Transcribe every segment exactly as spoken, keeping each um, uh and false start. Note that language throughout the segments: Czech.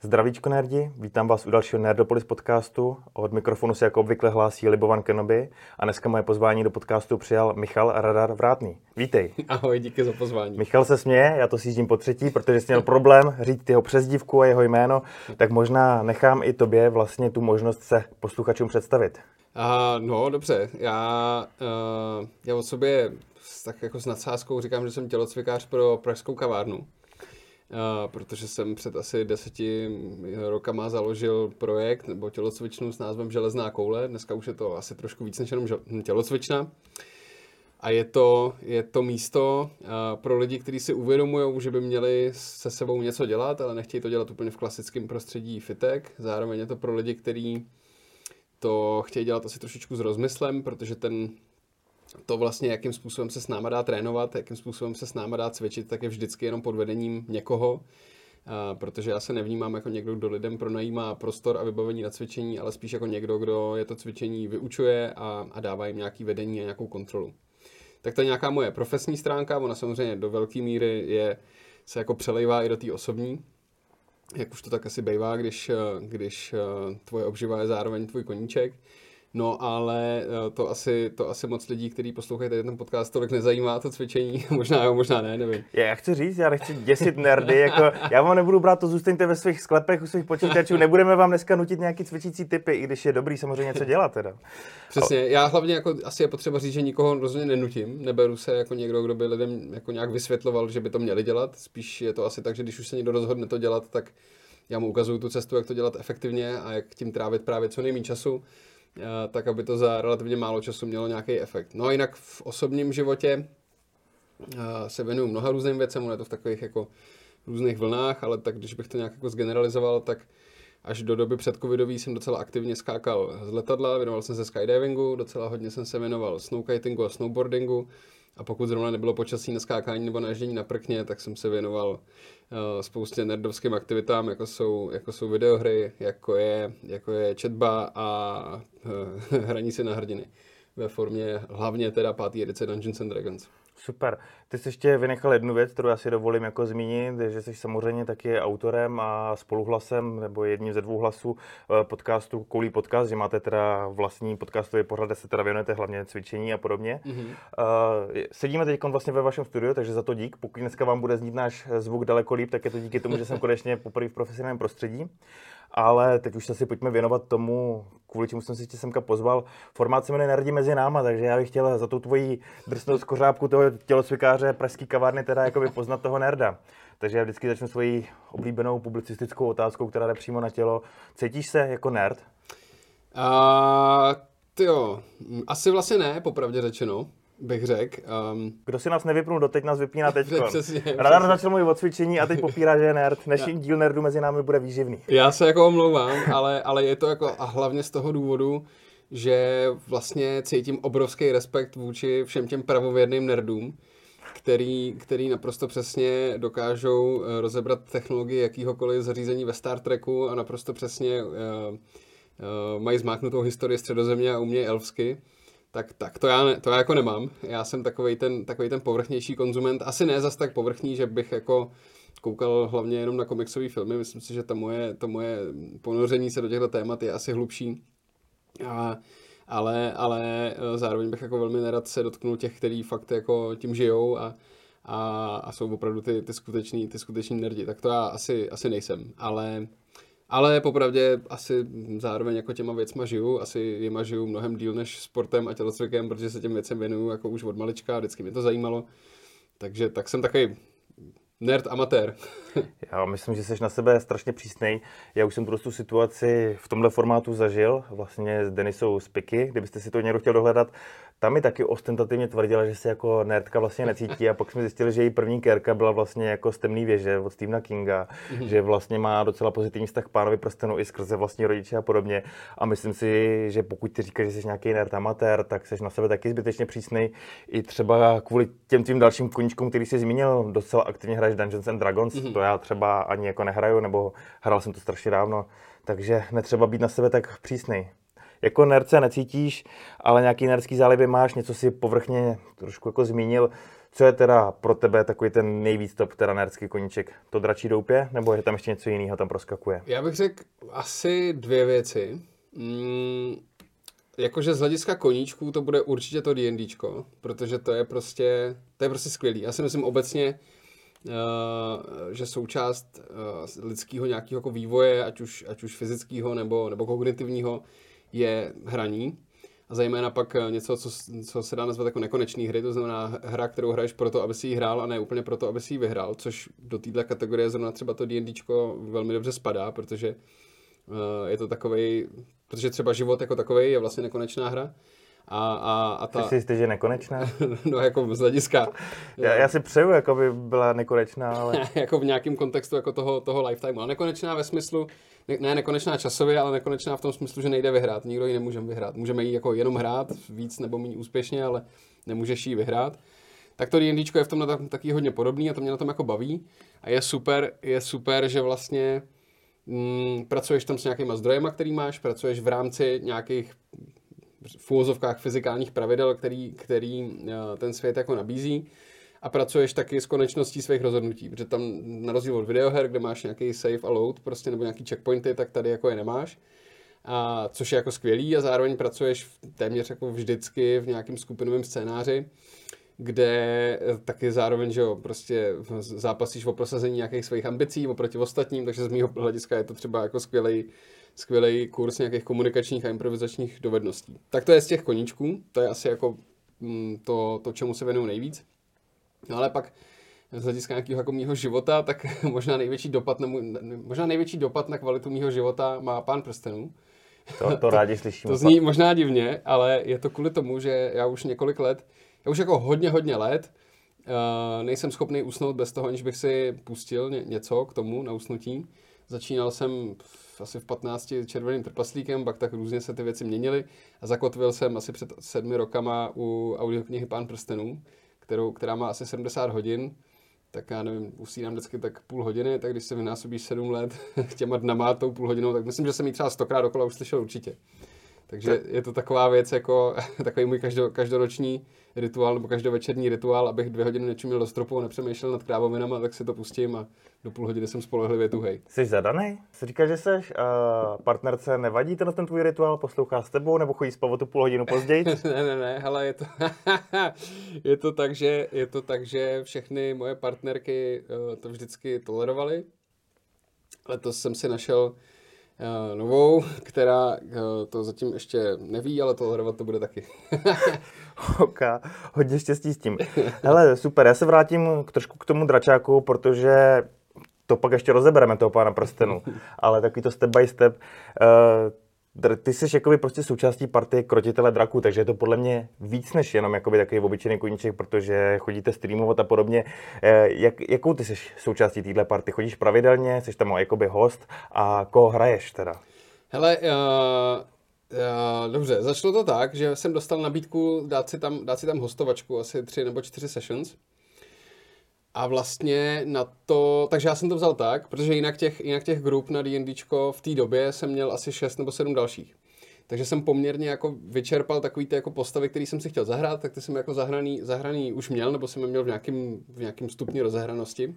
Zdravíčko nerdi, vítám vás u dalšího Nerdopolis podcastu. Od mikrofonu se jako obvykle hlásí Libovan Kenobi a dneska moje pozvání do podcastu přijal Michal Radar Vrátný. Vítej. Ahoj, díky za pozvání. Michal se směje, já to sjíždím po třetí, protože jsi měl problém říct jeho přezdívku a jeho jméno, tak možná nechám i tobě vlastně tu možnost se posluchačům představit. Uh, no, dobře, já, uh, já o sobě tak jako s nadsázkou říkám, že jsem tělocvikář pro pražskou kavárnu. Uh, protože jsem před asi deseti rokama založil projekt nebo tělocvičnu s názvem Železná koule. Dneska už je to asi trošku víc než jenom tělocvična. A je to, je to místo uh, pro lidi, kteří si uvědomují, že by měli se sebou něco dělat, ale nechtějí to dělat úplně v klasickém prostředí fitek. Zároveň je to pro lidi, kteří to chtějí dělat asi trošičku s rozmyslem, protože ten to vlastně, jakým způsobem se s náma dá trénovat, jakým způsobem se s náma dá cvičit, tak je vždycky jenom pod vedením někoho, a protože já se nevnímám jako někdo, kdo lidem pronajímá prostor a vybavení na cvičení, ale spíš jako někdo, kdo je to cvičení vyučuje a, a dává jim nějaký vedení a nějakou kontrolu. Tak to je nějaká moje profesní stránka, ona samozřejmě do velké míry je, se jako přelejvá i do té osobní, jak už to tak asi bývá, když, když tvoje obživa je zároveň tvůj koníček. No, ale to asi, to asi moc lidí, kteří poslouchají tady ten podcast, tolik nezajímá to cvičení. Možná jo, možná ne, nevím. Já chci říct, já nechci děsit nerdy, jako já vám nebudu brát, to zůstaňte ve svých sklepech, u svých počítačů, nebudeme vám dneska nutit nějaký cvičící typy, i když je dobrý samozřejmě něco dělat teda. Přesně, já hlavně jako asi je potřeba říct, že nikoho rozhodně nenutím, neberu se jako někdo, kdo by lidem jako nějak vysvětloval, že by to měli dělat, spíš je to asi tak, že když už se někdo rozhodne to dělat, tak já mu ukazuju tu cestu, jak to dělat efektivně a jak tím trávit právě co nejméně času, tak aby to za relativně málo času mělo nějaký efekt. No a jinak v osobním životě se věnuju mnoha různým věcem, je to v takových jako různých vlnách, ale tak když bych to nějak jako zgeneralizoval, tak až do doby předcovidový jsem docela aktivně skákal z letadla, věnoval jsem se skydivingu, docela hodně jsem se věnoval snowkitingu a snowboardingu. A pokud zrovna nebylo počasí na skákání nebo na ježdění na prkně, tak jsem se věnoval uh, spoustě nerdovským aktivitám, jako jsou, jako jsou videohry, jako je, jako je četba a uh, hraní si na hrdiny. Ve formě hlavně teda páté edice Dungeons and Dragons. Super. Ty jsi ještě vynechal jednu věc, kterou já si dovolím jako zmínit, že jsi samozřejmě taky autorem a spoluhlasem, nebo jedním ze dvou hlasů podcastu Koulí podcast, že máte teda vlastní podcastový pořad, kde se teda věnujete hlavně cvičení a podobně. Mm-hmm. Uh, sedíme teď vlastně ve vašem studiu, takže za to dík. Pokud dneska vám bude znít náš zvuk daleko líp, tak je to díky tomu, že jsem konečně poprvé v profesionálním prostředí. Ale teď už se si pojďme věnovat tomu, kvůli čemu jsem si tě semka pozval. Formát se jmenuje Nerdi mezi náma, takže já bych chtěl za tu tvoji drsnou skořápku toho tělocvikáře pražský kavárny teda jakoby poznat toho nerda. Takže já vždycky začnu svojí oblíbenou publicistickou otázkou, která jde přímo na tělo. Cítíš se jako nerd? Uh, tyjo, asi vlastně ne, popravdě řečeno. Bych řekl. Um... Kdo si nás nevypnul doteď, nás vypíná teďko. Přesně, Radar začal mluvit o cvičení a teď popírá, že je nerd. Dnešní já... díl Nerdu mezi námi bude výživný. Já se jako omlouvám, ale, ale je to jako a hlavně z toho důvodu, že vlastně cítím obrovský respekt vůči všem těm pravověrným nerdům, který, který naprosto přesně dokážou rozebrat technologii jakýhokoliv zařízení ve Star Treku a naprosto přesně uh, uh, mají zmáknutou historii Středozemě a umějí elfsky. Tak, tak to, já ne, to já jako nemám. Já jsem takovej ten, takovej ten povrchnější konzument. Asi ne zas tak povrchní, že bych jako koukal hlavně jenom na komiksové filmy. Myslím si, že to moje, to moje ponoření se do těchto témat je asi hlubší. A, ale, ale zároveň bych jako velmi nerad se dotknul těch, kteří fakt jako tím žijou a, a, a jsou opravdu ty, ty skuteční, ty skuteční nerdi. Tak to já asi, asi nejsem. Ale... Ale popravdě asi zároveň jako těma věcma žiju, asi jima žiju mnohem díl než sportem a tělocvikem, protože se těm věcem věnuju jako už od malička, vždycky mě to zajímalo. Takže tak jsem takový nerd amatér. Já myslím, že jsi na sebe strašně přísnej. Já už jsem tu situaci v tomhle formátu zažil, vlastně s Denisou z Piky, kdybyste si to někdo chtěl dohledat. Tam mi taky ostentativně tvrdila, že se jako nerdka vlastně necítí a pak jsme zjistili, že její první kérka byla vlastně jako z Temný věže od Stephena Kinga, mm-hmm. že vlastně má docela pozitivní vztah k Pánovi prstenu i skrze vlastní rodiče a podobně. A myslím si, že pokud ty říkáš, že jsi nějaký nerd amatér, tak jsi na sebe taky zbytečně přísnej. I třeba kvůli těm tvým dalším koníčkům, který jsi zmínil, docela aktivně hraješ Dungeons and Dragons, mm-hmm. to já třeba ani jako nehraju, nebo hrál jsem to strašně dávno, takže netřeba být na sebe tak přísnej. jako nerd se necítíš, ale nějaký nerdský záliby máš, něco si povrchně trošku jako zmínil. Co je teda pro tebe takový ten nejvíc top teda nerdský koníček? To dračí doupě, nebo je tam ještě něco jiného tam proskakuje? Já bych řekl asi dvě věci. Mm, jakože z hlediska koníčků to bude určitě to D&Dčko, protože to je prostě, to je prostě skvělý. Já si myslím obecně, uh, že součást uh, lidského nějakého jako vývoje, ať už, ať už fyzického nebo, nebo kognitivního, je hraní. A zejména pak něco, co, co se dá nazvat jako nekonečný hry, to znamená hra, kterou hraješ proto, aby si ji hrál a ne úplně proto, aby si ji vyhrál, což do této kategorie zrovna třeba to D&Dčko velmi dobře spadá, protože uh, je to takovej, protože třeba život jako takovej je vlastně nekonečná hra. A, a, a ta... Jsi si jistý, že je nekonečná? No jako z hlediska. Já, já si přeju, jako by byla nekonečná, ale... jako v nějakém kontextu jako toho, toho lifetime. Ale nekonečná ve smyslu, ne, ne nekonečná časově, ale nekonečná v tom smyslu, že nejde vyhrát. Nikdo ji nemůže vyhrát. Můžeme ji jako jenom hrát víc nebo méně úspěšně, ale nemůžeš ji vyhrát. Tak to D&Dčko je v tom taky hodně podobný a to mě na tom jako baví. A je super, je super, že vlastně mm, pracuješ tam s nějakýma zdrojema, který máš, pracuješ v rámci nějakých v úvozovkách fyzikálních pravidel, který, který ten svět jako nabízí a pracuješ taky s konečností svých rozhodnutí, protože tam na rozdíl od videoher, kde máš nějaký save a load, prostě nebo nějaký checkpointy, tak tady jako je nemáš. A což je jako skvělý a zároveň pracuješ téměř jako vždycky v nějakém skupinovém scénáři, kde taky zároveň, že jo, prostě zápasíš o prosazení nějakých svých ambicí oproti ostatním, takže z mýho hlediska je to třeba jako skvělej skvělej kurz nějakých komunikačních a improvizačních dovedností. Tak to je z těch koníčků, to je asi jako mm, to, to, čemu se věnuju nejvíc. No ale pak z hlediska nějakého jako mýho života, tak možná největší dopad na, můj, možná největší dopad na kvalitu mýho života má Pán prstenů. To, to rádi slyším. To zní možná divně, ale je to kvůli tomu, že já už několik let, já už jako hodně, hodně let uh, nejsem schopný usnout bez toho, aniž bych si pustil ně, něco k tomu na usnutí. Začínal jsem v, asi v patnácti červeným trpaslíkem, pak tak různě se ty věci měnily a zakotvil jsem asi před sedmi rokama u audioknihy Pán prstenů, kterou, která má asi sedmdesát hodin, tak já nevím, usínám vždycky tak půl hodiny, tak když se vynásobíš sedm let těma dnama tou půl hodinou, tak myslím, že jsem ji třeba stokrát dokola už slyšel určitě. Takže je to taková věc, jako takový můj každo, každoroční rituál nebo každovečerní rituál, abych dvě hodiny nečuměl do stropu a nepřemýšlel nad krávovinama, tak si to pustím a do půl hodiny jsem spolehlivě tuhej. Jsi zadanej? Jsi říkal, že seš uh, partnerce nevadí ten, ten tvůj rituál, poslouchá s tebou nebo chodí spát o tu půl hodinu později? ne, ne, ne, hele, je to, je to tak, že, je to tak, že všechny moje partnerky uh, to vždycky tolerovaly. Letos jsem si našel Uh, novou, která uh, to zatím ještě neví, ale tolerovat to bude taky. Ok, hodně štěstí s tím. Hele, super, já se vrátím k, trošku k tomu dračáku, protože to pak ještě rozebereme, toho Pána prstenů, ale takový to step by step. Uh, Ty jsi jakoby prostě součástí partie krotitele draků, takže je to podle mě víc než jenom jakoby takový obyčejný koníček, protože chodíte streamovat a podobně. Jak, jakou ty jsi součástí téhle party? Chodíš pravidelně, jsi tam jakoby host a koho hraješ teda? Hele, uh, uh, dobře, začalo to tak, že jsem dostal nabídku dát si tam, dát si tam hostovačku, asi tři nebo čtyři sessions. A vlastně na to, takže já jsem to vzal tak, protože jinak těch, jinak těch grup na D&Dčko v té době jsem měl asi šest nebo sedm dalších. Takže jsem poměrně jako vyčerpal takový ty jako postavy, který jsem si chtěl zahrát, tak ty jsem jako zahraný, zahraný už měl, nebo jsem je měl v nějakém, v nějakém stupni rozehranosti.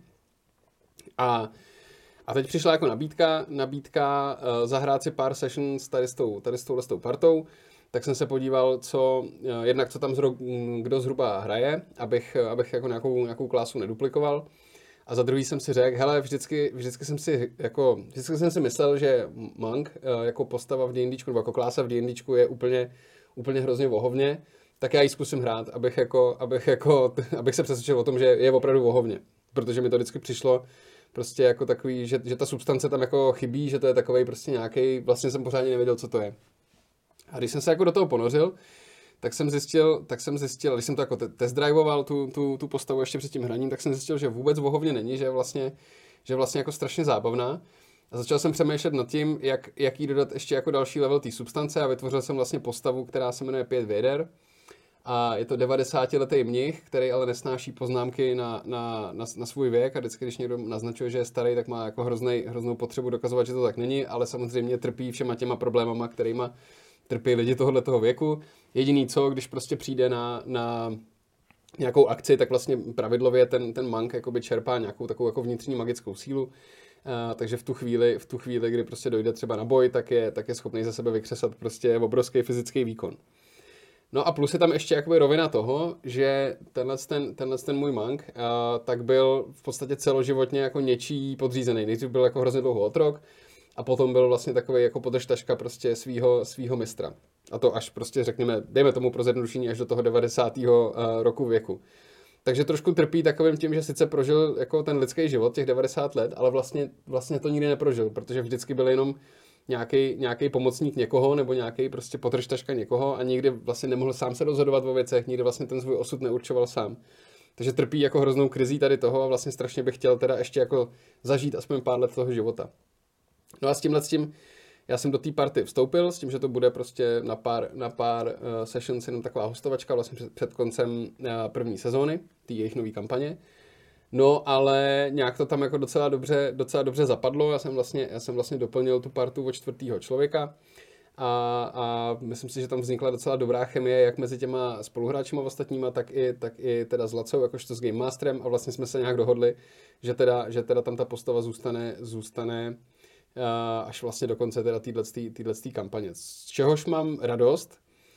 A, a teď přišla jako nabídka, nabídka uh, zahrát si pár sessions tady s tou, tady s touhle s tou partou. Tak jsem se podíval, co, jednak co tam zro, kdo zhruba hraje, abych, abych jako nějakou, nějakou klásu neduplikoval. A za druhý jsem si řekl, hele, vždycky, vždycky jsem si jako, vždycky jsem si myslel, že Monk jako postava v D&Dčku, nebo jako klása v D&Dčku je úplně, úplně hrozně vohovně, tak já ji zkusím hrát, abych, jako, abych, jako, abych se přesvědčil o tom, že je opravdu vohovně. Protože mi to vždycky přišlo prostě jako takový, že, že ta substance tam jako chybí, že to je takovej prostě nějaký, vlastně jsem pořádně nevěděl, co to je. A když jsem se jako do toho ponořil, tak jsem zjistil, tak jsem zjistil, když jsem to jako test driveoval tu, tu, tu postavu ještě před tím hraním, tak jsem zjistil, že vůbec vohovně není, že je vlastně, že je vlastně jako strašně zábavná. A začal jsem přemýšlet nad tím, jak, jak jí dodat ještě jako další level té substance a vytvořil jsem vlastně postavu, která se jmenuje Pět Věder. A je to devadesátiletý mnich, který ale nesnáší poznámky na, na, na, na svůj věk a vždycky, když někdo naznačuje, že je starý, tak má jako hroznej, hroznou potřebu dokazovat, že to tak není, ale samozřejmě trpí všema těma problémama, kterýma trpí lidi tohoto věku. Jediný co, když prostě přijde na, na nějakou akci, tak vlastně pravidlově ten, ten monk jakoby čerpá nějakou takovou jako vnitřní magickou sílu. Uh, takže v tu chvíli, v tu chvíli, kdy prostě dojde třeba na boj, tak je, tak je schopný ze sebe vykřesat prostě obrovský fyzický výkon. No a plus je tam ještě jakoby rovina toho, že tenhle ten, tenhle ten můj monk uh, tak byl v podstatě celoživotně jako něčí podřízený. Nejdřív byl jako hrozně dlouho otrok a potom byl vlastně takový jako podržtaška prostě svýho, svýho mistra. A to až prostě řekněme, dejme tomu pro zjednodušení až do toho devadesátého Uh, roku věku. Takže trošku trpí takovým tím, že sice prožil jako ten lidský život, těch devadesát let, ale vlastně, vlastně to nikdy neprožil, protože vždycky byl jenom nějaký, nějaký pomocník někoho nebo nějaký prostě podržtaška někoho a nikdy vlastně nemohl sám se rozhodovat o věcech, nikdy vlastně ten svůj osud neurčoval sám. Takže trpí jako hroznou krizí tady toho a vlastně strašně bych chtěl teda ještě jako zažít aspoň pár let toho života. No a s tímhle s tím já jsem do té party vstoupil s tím, že to bude prostě na pár, na pár uh, sessions jenom taková hostovačka vlastně před, před koncem uh, první sezóny, té jejich nové kampaně. No, ale nějak to tam jako docela dobře, docela dobře zapadlo. Já jsem vlastně, já jsem vlastně doplnil tu partu o čtvrtýho člověka a, a myslím si, že tam vznikla docela dobrá chemie jak mezi těma spoluhráčima ostatníma, tak i, tak i teda s Lacou, jakožto s Game Masterem a vlastně jsme se nějak dohodli, že teda, že teda tam ta postava zůstane, zůstane Uh, až vlastně do konce teda této kampaně. Z čehož mám radost,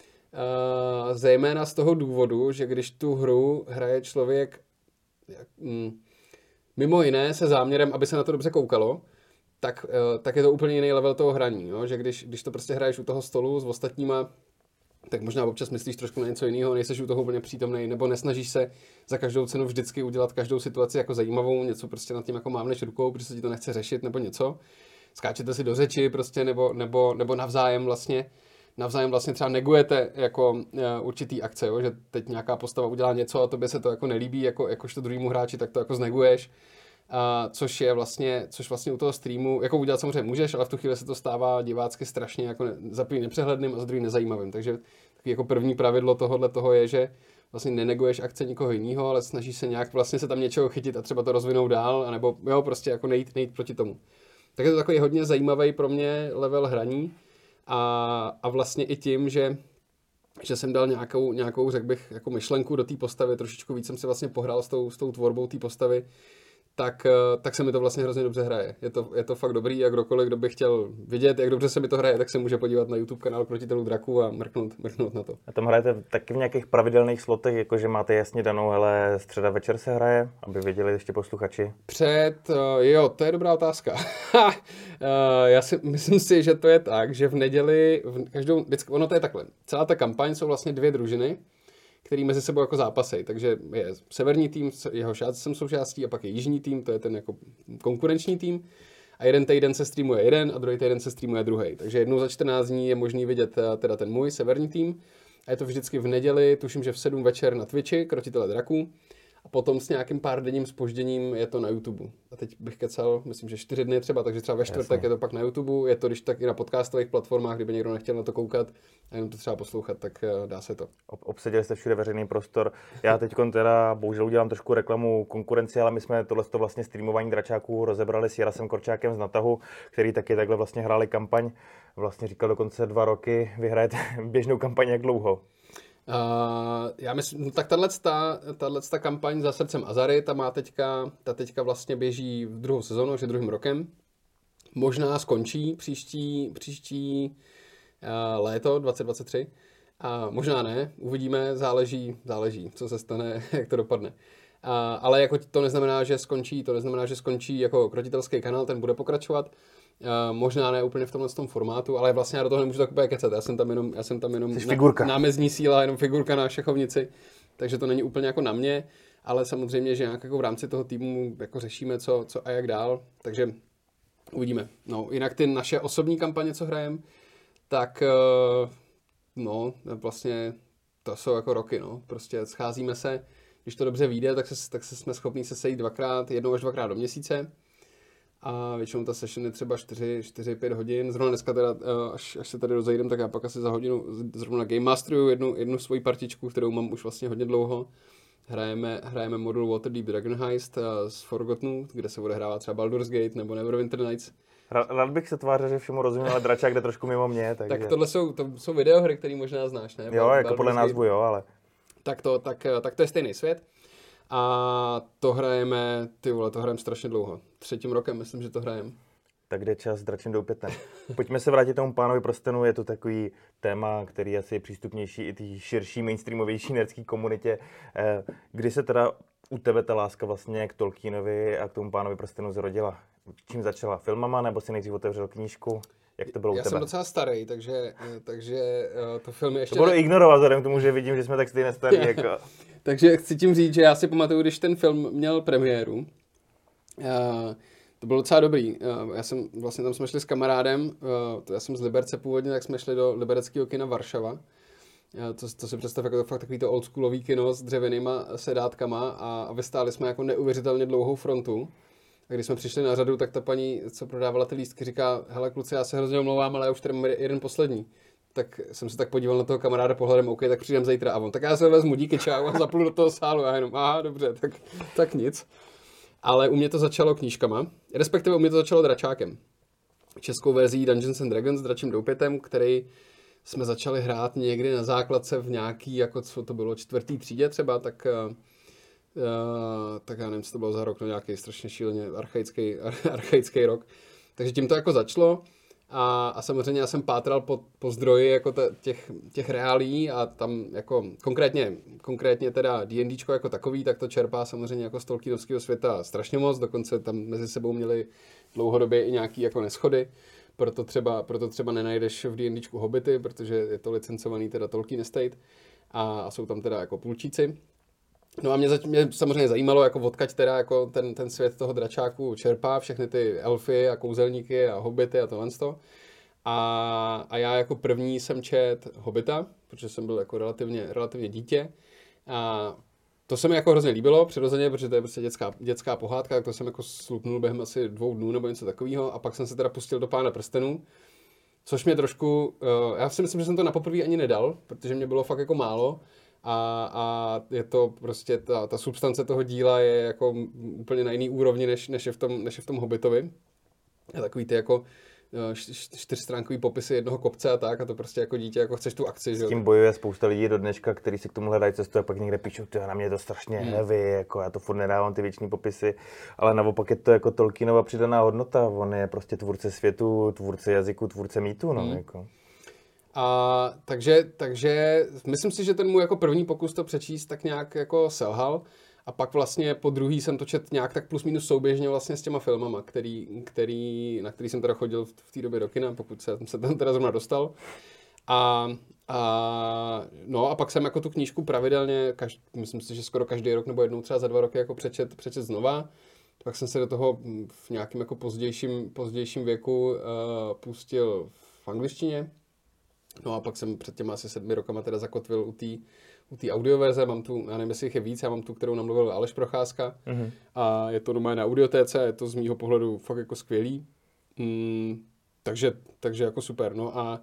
uh, zejména z toho důvodu, že když tu hru hraje člověk jak, mm, mimo jiné se záměrem, aby se na to dobře koukalo, tak, uh, tak je to úplně jiný level toho hraní. Jo? Že když, když to prostě hraješ u toho stolu s ostatníma, tak možná občas myslíš trošku na něco jiného, nejseš u toho úplně přítomnej, nebo nesnažíš se za každou cenu vždycky udělat každou situaci jako zajímavou, něco prostě nad tím jako mávneš rukou, protože se ti to nechce řešit, nebo něco. Skáčete si do řeči prostě, nebo, nebo, nebo navzájem vlastně, navzájem vlastně třeba negujete jako uh, určitý akce, jo? Že teď nějaká postava udělá něco a tobě se to jako nelíbí, jako, jakožto druhýmu hráči, tak to jako zneguješ. Uh, což je vlastně, což vlastně u toho streamu, jako udělat samozřejmě můžeš, ale v tu chvíli se to stává divácky strašně jako ne, za první nepřehledným a za druhý nezajímavým. Takže taky jako první pravidlo tohohle toho je, že vlastně neneguješ akce nikoho jiného, ale snažíš se nějak vlastně se tam něčeho chytit a třeba to rozvinout dál, anebo jo, prostě jako nejít, nejít proti tomu. Tak je to takový hodně zajímavý pro mě level hraní a, a vlastně i tím, že, že jsem dal nějakou, nějakou řekl bych, jako myšlenku do té postavy, trošičku víc jsem si vlastně pohrál s tou, s tou tvorbou té postavy, tak, tak se mi to vlastně hrozně dobře hraje. Je to, je to fakt dobrý a kdokoliv, kdo by chtěl vidět, jak dobře se mi to hraje, tak se může podívat na YouTube kanál Krotitelů draků a mrknout, mrknout na to. A tam hrajete taky v nějakých pravidelných slotech, jakože máte jasně danou, hele, středa večer se hraje, aby věděli ještě posluchači? Před, jo, to je dobrá otázka. Já si myslím si, že to je tak, že v neděli, v každou, vždycky, ono to je takhle, celá ta kampaň jsou vlastně dvě družiny, který mezi sebou jako zápasej. Takže je severní tým, jehož já jsem součástí, a pak je jižní tým, to je ten jako konkurenční tým. A jeden týden se streamuje jeden a druhý týden se streamuje druhý. Takže jednou za čtrnáct dní je možný vidět teda ten můj severní tým. A je to vždycky v neděli, tuším, že v sedm večer na Twitchi, Krotitele draků. A potom s nějakým pár denním zpožděním je to na YouTube. A teď bych kecal, myslím, že čtyři dny třeba, takže třeba ve čtvrtek Jasně. je to pak na YouTube. Je to když tak i na podcastových platformách, kdyby někdo nechtěl na to koukat a jenom to třeba poslouchat, tak dá se to. Obsadili jste všude veřejný prostor. Já teď teda bohužel udělám trošku reklamu konkurenci, ale my jsme tohle vlastně streamování dračáků rozebrali s Jarasem Korčákem z Natahu, který taky takhle vlastně hráli kampaň. Vlastně říkal dokonce dva roky, vy hrajete běžnou kampaň jak dlouho? Uh, já myslím, no tak tato kampaň Za srdcem Azary, ta má teďka, ta teďka vlastně běží v druhou sezónu, že druhým rokem. Možná skončí příští, příští uh, léto dvacet dvacet tři. A možná ne, uvidíme, záleží, záleží, co se stane, jak to dopadne. Uh, ale jako to neznamená, že skončí, to neznamená, že skončí jako krotitelský kanál, ten bude pokračovat. Uh, možná ne úplně v tomhle tom formátu, ale vlastně já do toho nemůžu tak úplně kecat. Já jsem tam jenom, já jsem tam jenom na, námezní síla, jenom figurka na šachovnici, takže to není úplně jako na mě, ale samozřejmě, že nějak jako v rámci toho týmu jako řešíme, co, co a jak dál, takže uvidíme. No, jinak ty naše osobní kampaně, co hrajeme, tak uh, no, vlastně to jsou jako roky, no. Prostě scházíme se, když to dobře vyjde, tak, se, tak se jsme schopni se sejít dvakrát, jednou až dvakrát do měsíce. A většinou ta session je třeba čtyři pět hodin. Zrovna dneska teda, až, až se tady rozejdem, tak já pak asi za hodinu zrovna Game Masteruju jednu, jednu svoji partičku, kterou mám už vlastně hodně dlouho. Hrajeme, hrajeme modul Waterdeep Dragon Heist z Forgottenu, kde se odehrává třeba Baldur's Gate nebo Neverwinter Nights. Rád bych se tvářil, že všemu rozumím, ale dračák jde trošku mimo mě. Takže... Tak tohle jsou, to jsou videohry, které možná znáš, ne? Jo, jako podle názvu, jo, ale... Tak to, tak, tak to je stejný svět. A to hrajeme, ty vole, to hrajeme strašně dlouho. Třetím rokem myslím, že to hrajeme. Tak jde čas s dračím doupětem. Pojďme se vrátit tomu Pánovi prstenů, je to takový téma, který asi je přístupnější i té širší, mainstreamovější nerdské komunitě. Kdy se teda u tebe ta láska vlastně k Tolkienovi a k tomu Pánovi prstenů zrodila? Čím začala? Filmama, nebo si nejdřív otevřel knížku? Jak to bylo u Já tebe? jsem docela starý, takže, takže to filmy ještě... To budu ne... ignorovat, vzhledem k tomu, že vidím, že jsme tak stejně starý. Jako... Takže chci tím říct, že já si pamatuju, když ten film měl premiéru. Uh, to bylo docela dobrý. Uh, já jsem, vlastně tam jsme šli s kamarádem, uh, já jsem z Liberce původně, tak jsme šli do libereckého kina Varšava. Uh, to, to si představ jako to fakt takový to oldschoolový kino s dřevěnýma sedátkama a, a vystáli jsme jako neuvěřitelně dlouhou frontu. A když jsme přišli na řadu, tak ta paní, co prodávala ty lístky, říká, hele kluci, já se hrozně omlouvám, ale já už tady mám jeden poslední. Tak jsem se tak podíval na toho kamaráda pohledem, OK, tak přijdem zítra. A on, tak já se vezmu, díky, čau, a zaplu do toho sálu. A jenom, aha, dobře, tak, tak nic. Ale u mě to začalo knížkama, respektive u mě to začalo dračákem. Českou verzí Dungeons and Dragons s dračím doupětem, který jsme začali hrát někdy na základce v nějaký, jako co to bylo, čtvrtý třídě třeba, tak... Uh, tak já nevím, co to bylo za rok, no nějaký strašně šíleně archaický, archaický rok. Takže tím to jako začalo a, a samozřejmě já jsem pátral po, po zdroji jako te, těch, těch reálí a tam jako konkrétně, konkrétně teda D&Dčko jako takový, tak to čerpá samozřejmě jako z Tolkienovského světa strašně moc, dokonce tam mezi sebou měli dlouhodobě i nějaký jako neschody, proto třeba, proto třeba nenajdeš v D&Dčku hobity, protože je to licencovaný teda Tolkien Estate a, a jsou tam teda jako půlčíci. No a mě, zač- mě samozřejmě zajímalo, jako odkaď teda jako ten, ten svět toho dračáku čerpá, všechny ty elfy a kouzelníky a hobity a tohle to. A, a já jako první jsem čet Hobita, protože jsem byl jako relativně, relativně dítě. A to se mi jako hrozně líbilo, přirozeně, protože to je prostě dětská, dětská pohádka, tak to jsem jako slupnul během asi dvou dnů nebo něco takového. A pak jsem se teda pustil do Pána prstenů, což mě trošku, uh, já si myslím, že jsem to na poprvé ani nedal, protože mě bylo fakt jako málo. A, a je to prostě, ta, ta substance toho díla je jako úplně na jiný úrovni, než, než, je, v tom, než je v tom Hobbitovi. A takový ty jako čtyřstránkový popisy jednoho kopce a tak, a to prostě jako dítě, jako chceš tu akci. S tím bojuje spousta lidí do dneška, kteří si k tomu hledají cestu a pak někde píšou, tyjo, na mě je to strašně hmm. heavy, jako já to furt nedávám ty věčný popisy, ale naopak je to jako Tolkienova přidaná hodnota, on je prostě tvůrce světu, tvůrce jazyku, tvůrce mýtu, no, hmm. jako. A takže, takže myslím si, že ten můj jako první pokus to přečíst tak nějak jako selhal a pak vlastně po druhý jsem to čet nějak tak plus minus souběžně vlastně s těma filmama, který, který, na který jsem teda chodil v té době do kina, pokud jsem se tam teda zrovna dostal. A, a, no a pak jsem jako tu knížku pravidelně, každ, myslím si, že skoro každý rok nebo jednou třeba za dva roky jako přečet, přečet znova. Pak jsem se do toho v nějakém jako pozdějším, pozdějším věku uh, pustil v angličtině. No a pak jsem před těma asi sedmi rokama teda zakotvil u té u té audioverze, mám tu, já nevím, jestli jich je víc, já mám tu, kterou namluvil Aleš Procházka mm-hmm. a je to doma na audiotéce, je to z mýho pohledu fakt jako skvělý, mm, takže, takže jako super, no a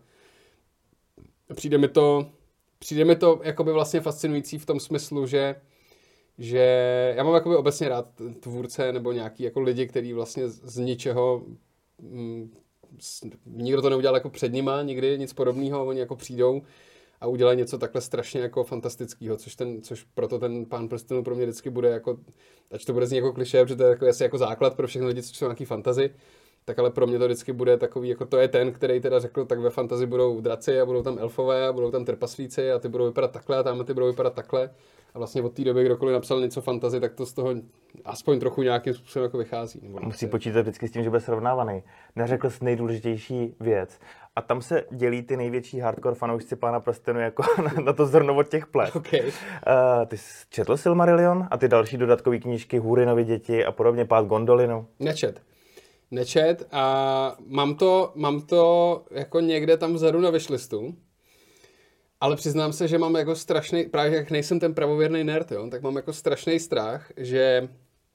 přijde mi to, přijde mi to jakoby vlastně fascinující v tom smyslu, že že já mám jakoby obecně rád tvůrce nebo nějaký jako lidi, kteří vlastně z ničeho mm, nikdo to neudělal jako před nima, nikdy nic podobného, oni jako přijdou a udělají něco takhle strašně jako fantastického, což, ten, což proto ten Pán prstenů pro mě vždycky bude jako, ať to bude znít jako klišé, protože to je jako, asi jako základ pro všechny lidi, co jsou nějaký fantasy, tak ale pro mě to vždycky bude takový, jako to je ten, který teda řekl, tak ve fantasy budou draci a budou tam elfové a budou tam trpaslíci a ty budou vypadat takhle a tam ty budou vypadat takhle. A vlastně od té doby, kdokoliv napsal něco fantasy, tak to z toho aspoň trochu nějakým způsobem jako vychází. Nebo musí počítat vždycky s tím, že bude srovnávaný. Neřekl jsi nejdůležitější věc. A tam se dělí ty největší hardcore fanoušci Pána prstenů jako na, na to zrno od těch plev. Okay. Uh, ty jsi četl Silmarillion a ty další dodatkové knížky Húrinovy děti a podobně, Pád Gondolinu? Nečet. Nečet a mám to, mám to jako někde tam vzadu na wishlistu. Ale přiznám se, že mám jako strašný, právě jak nejsem ten pravověrný nerd, jo, tak mám jako strašný strach, že,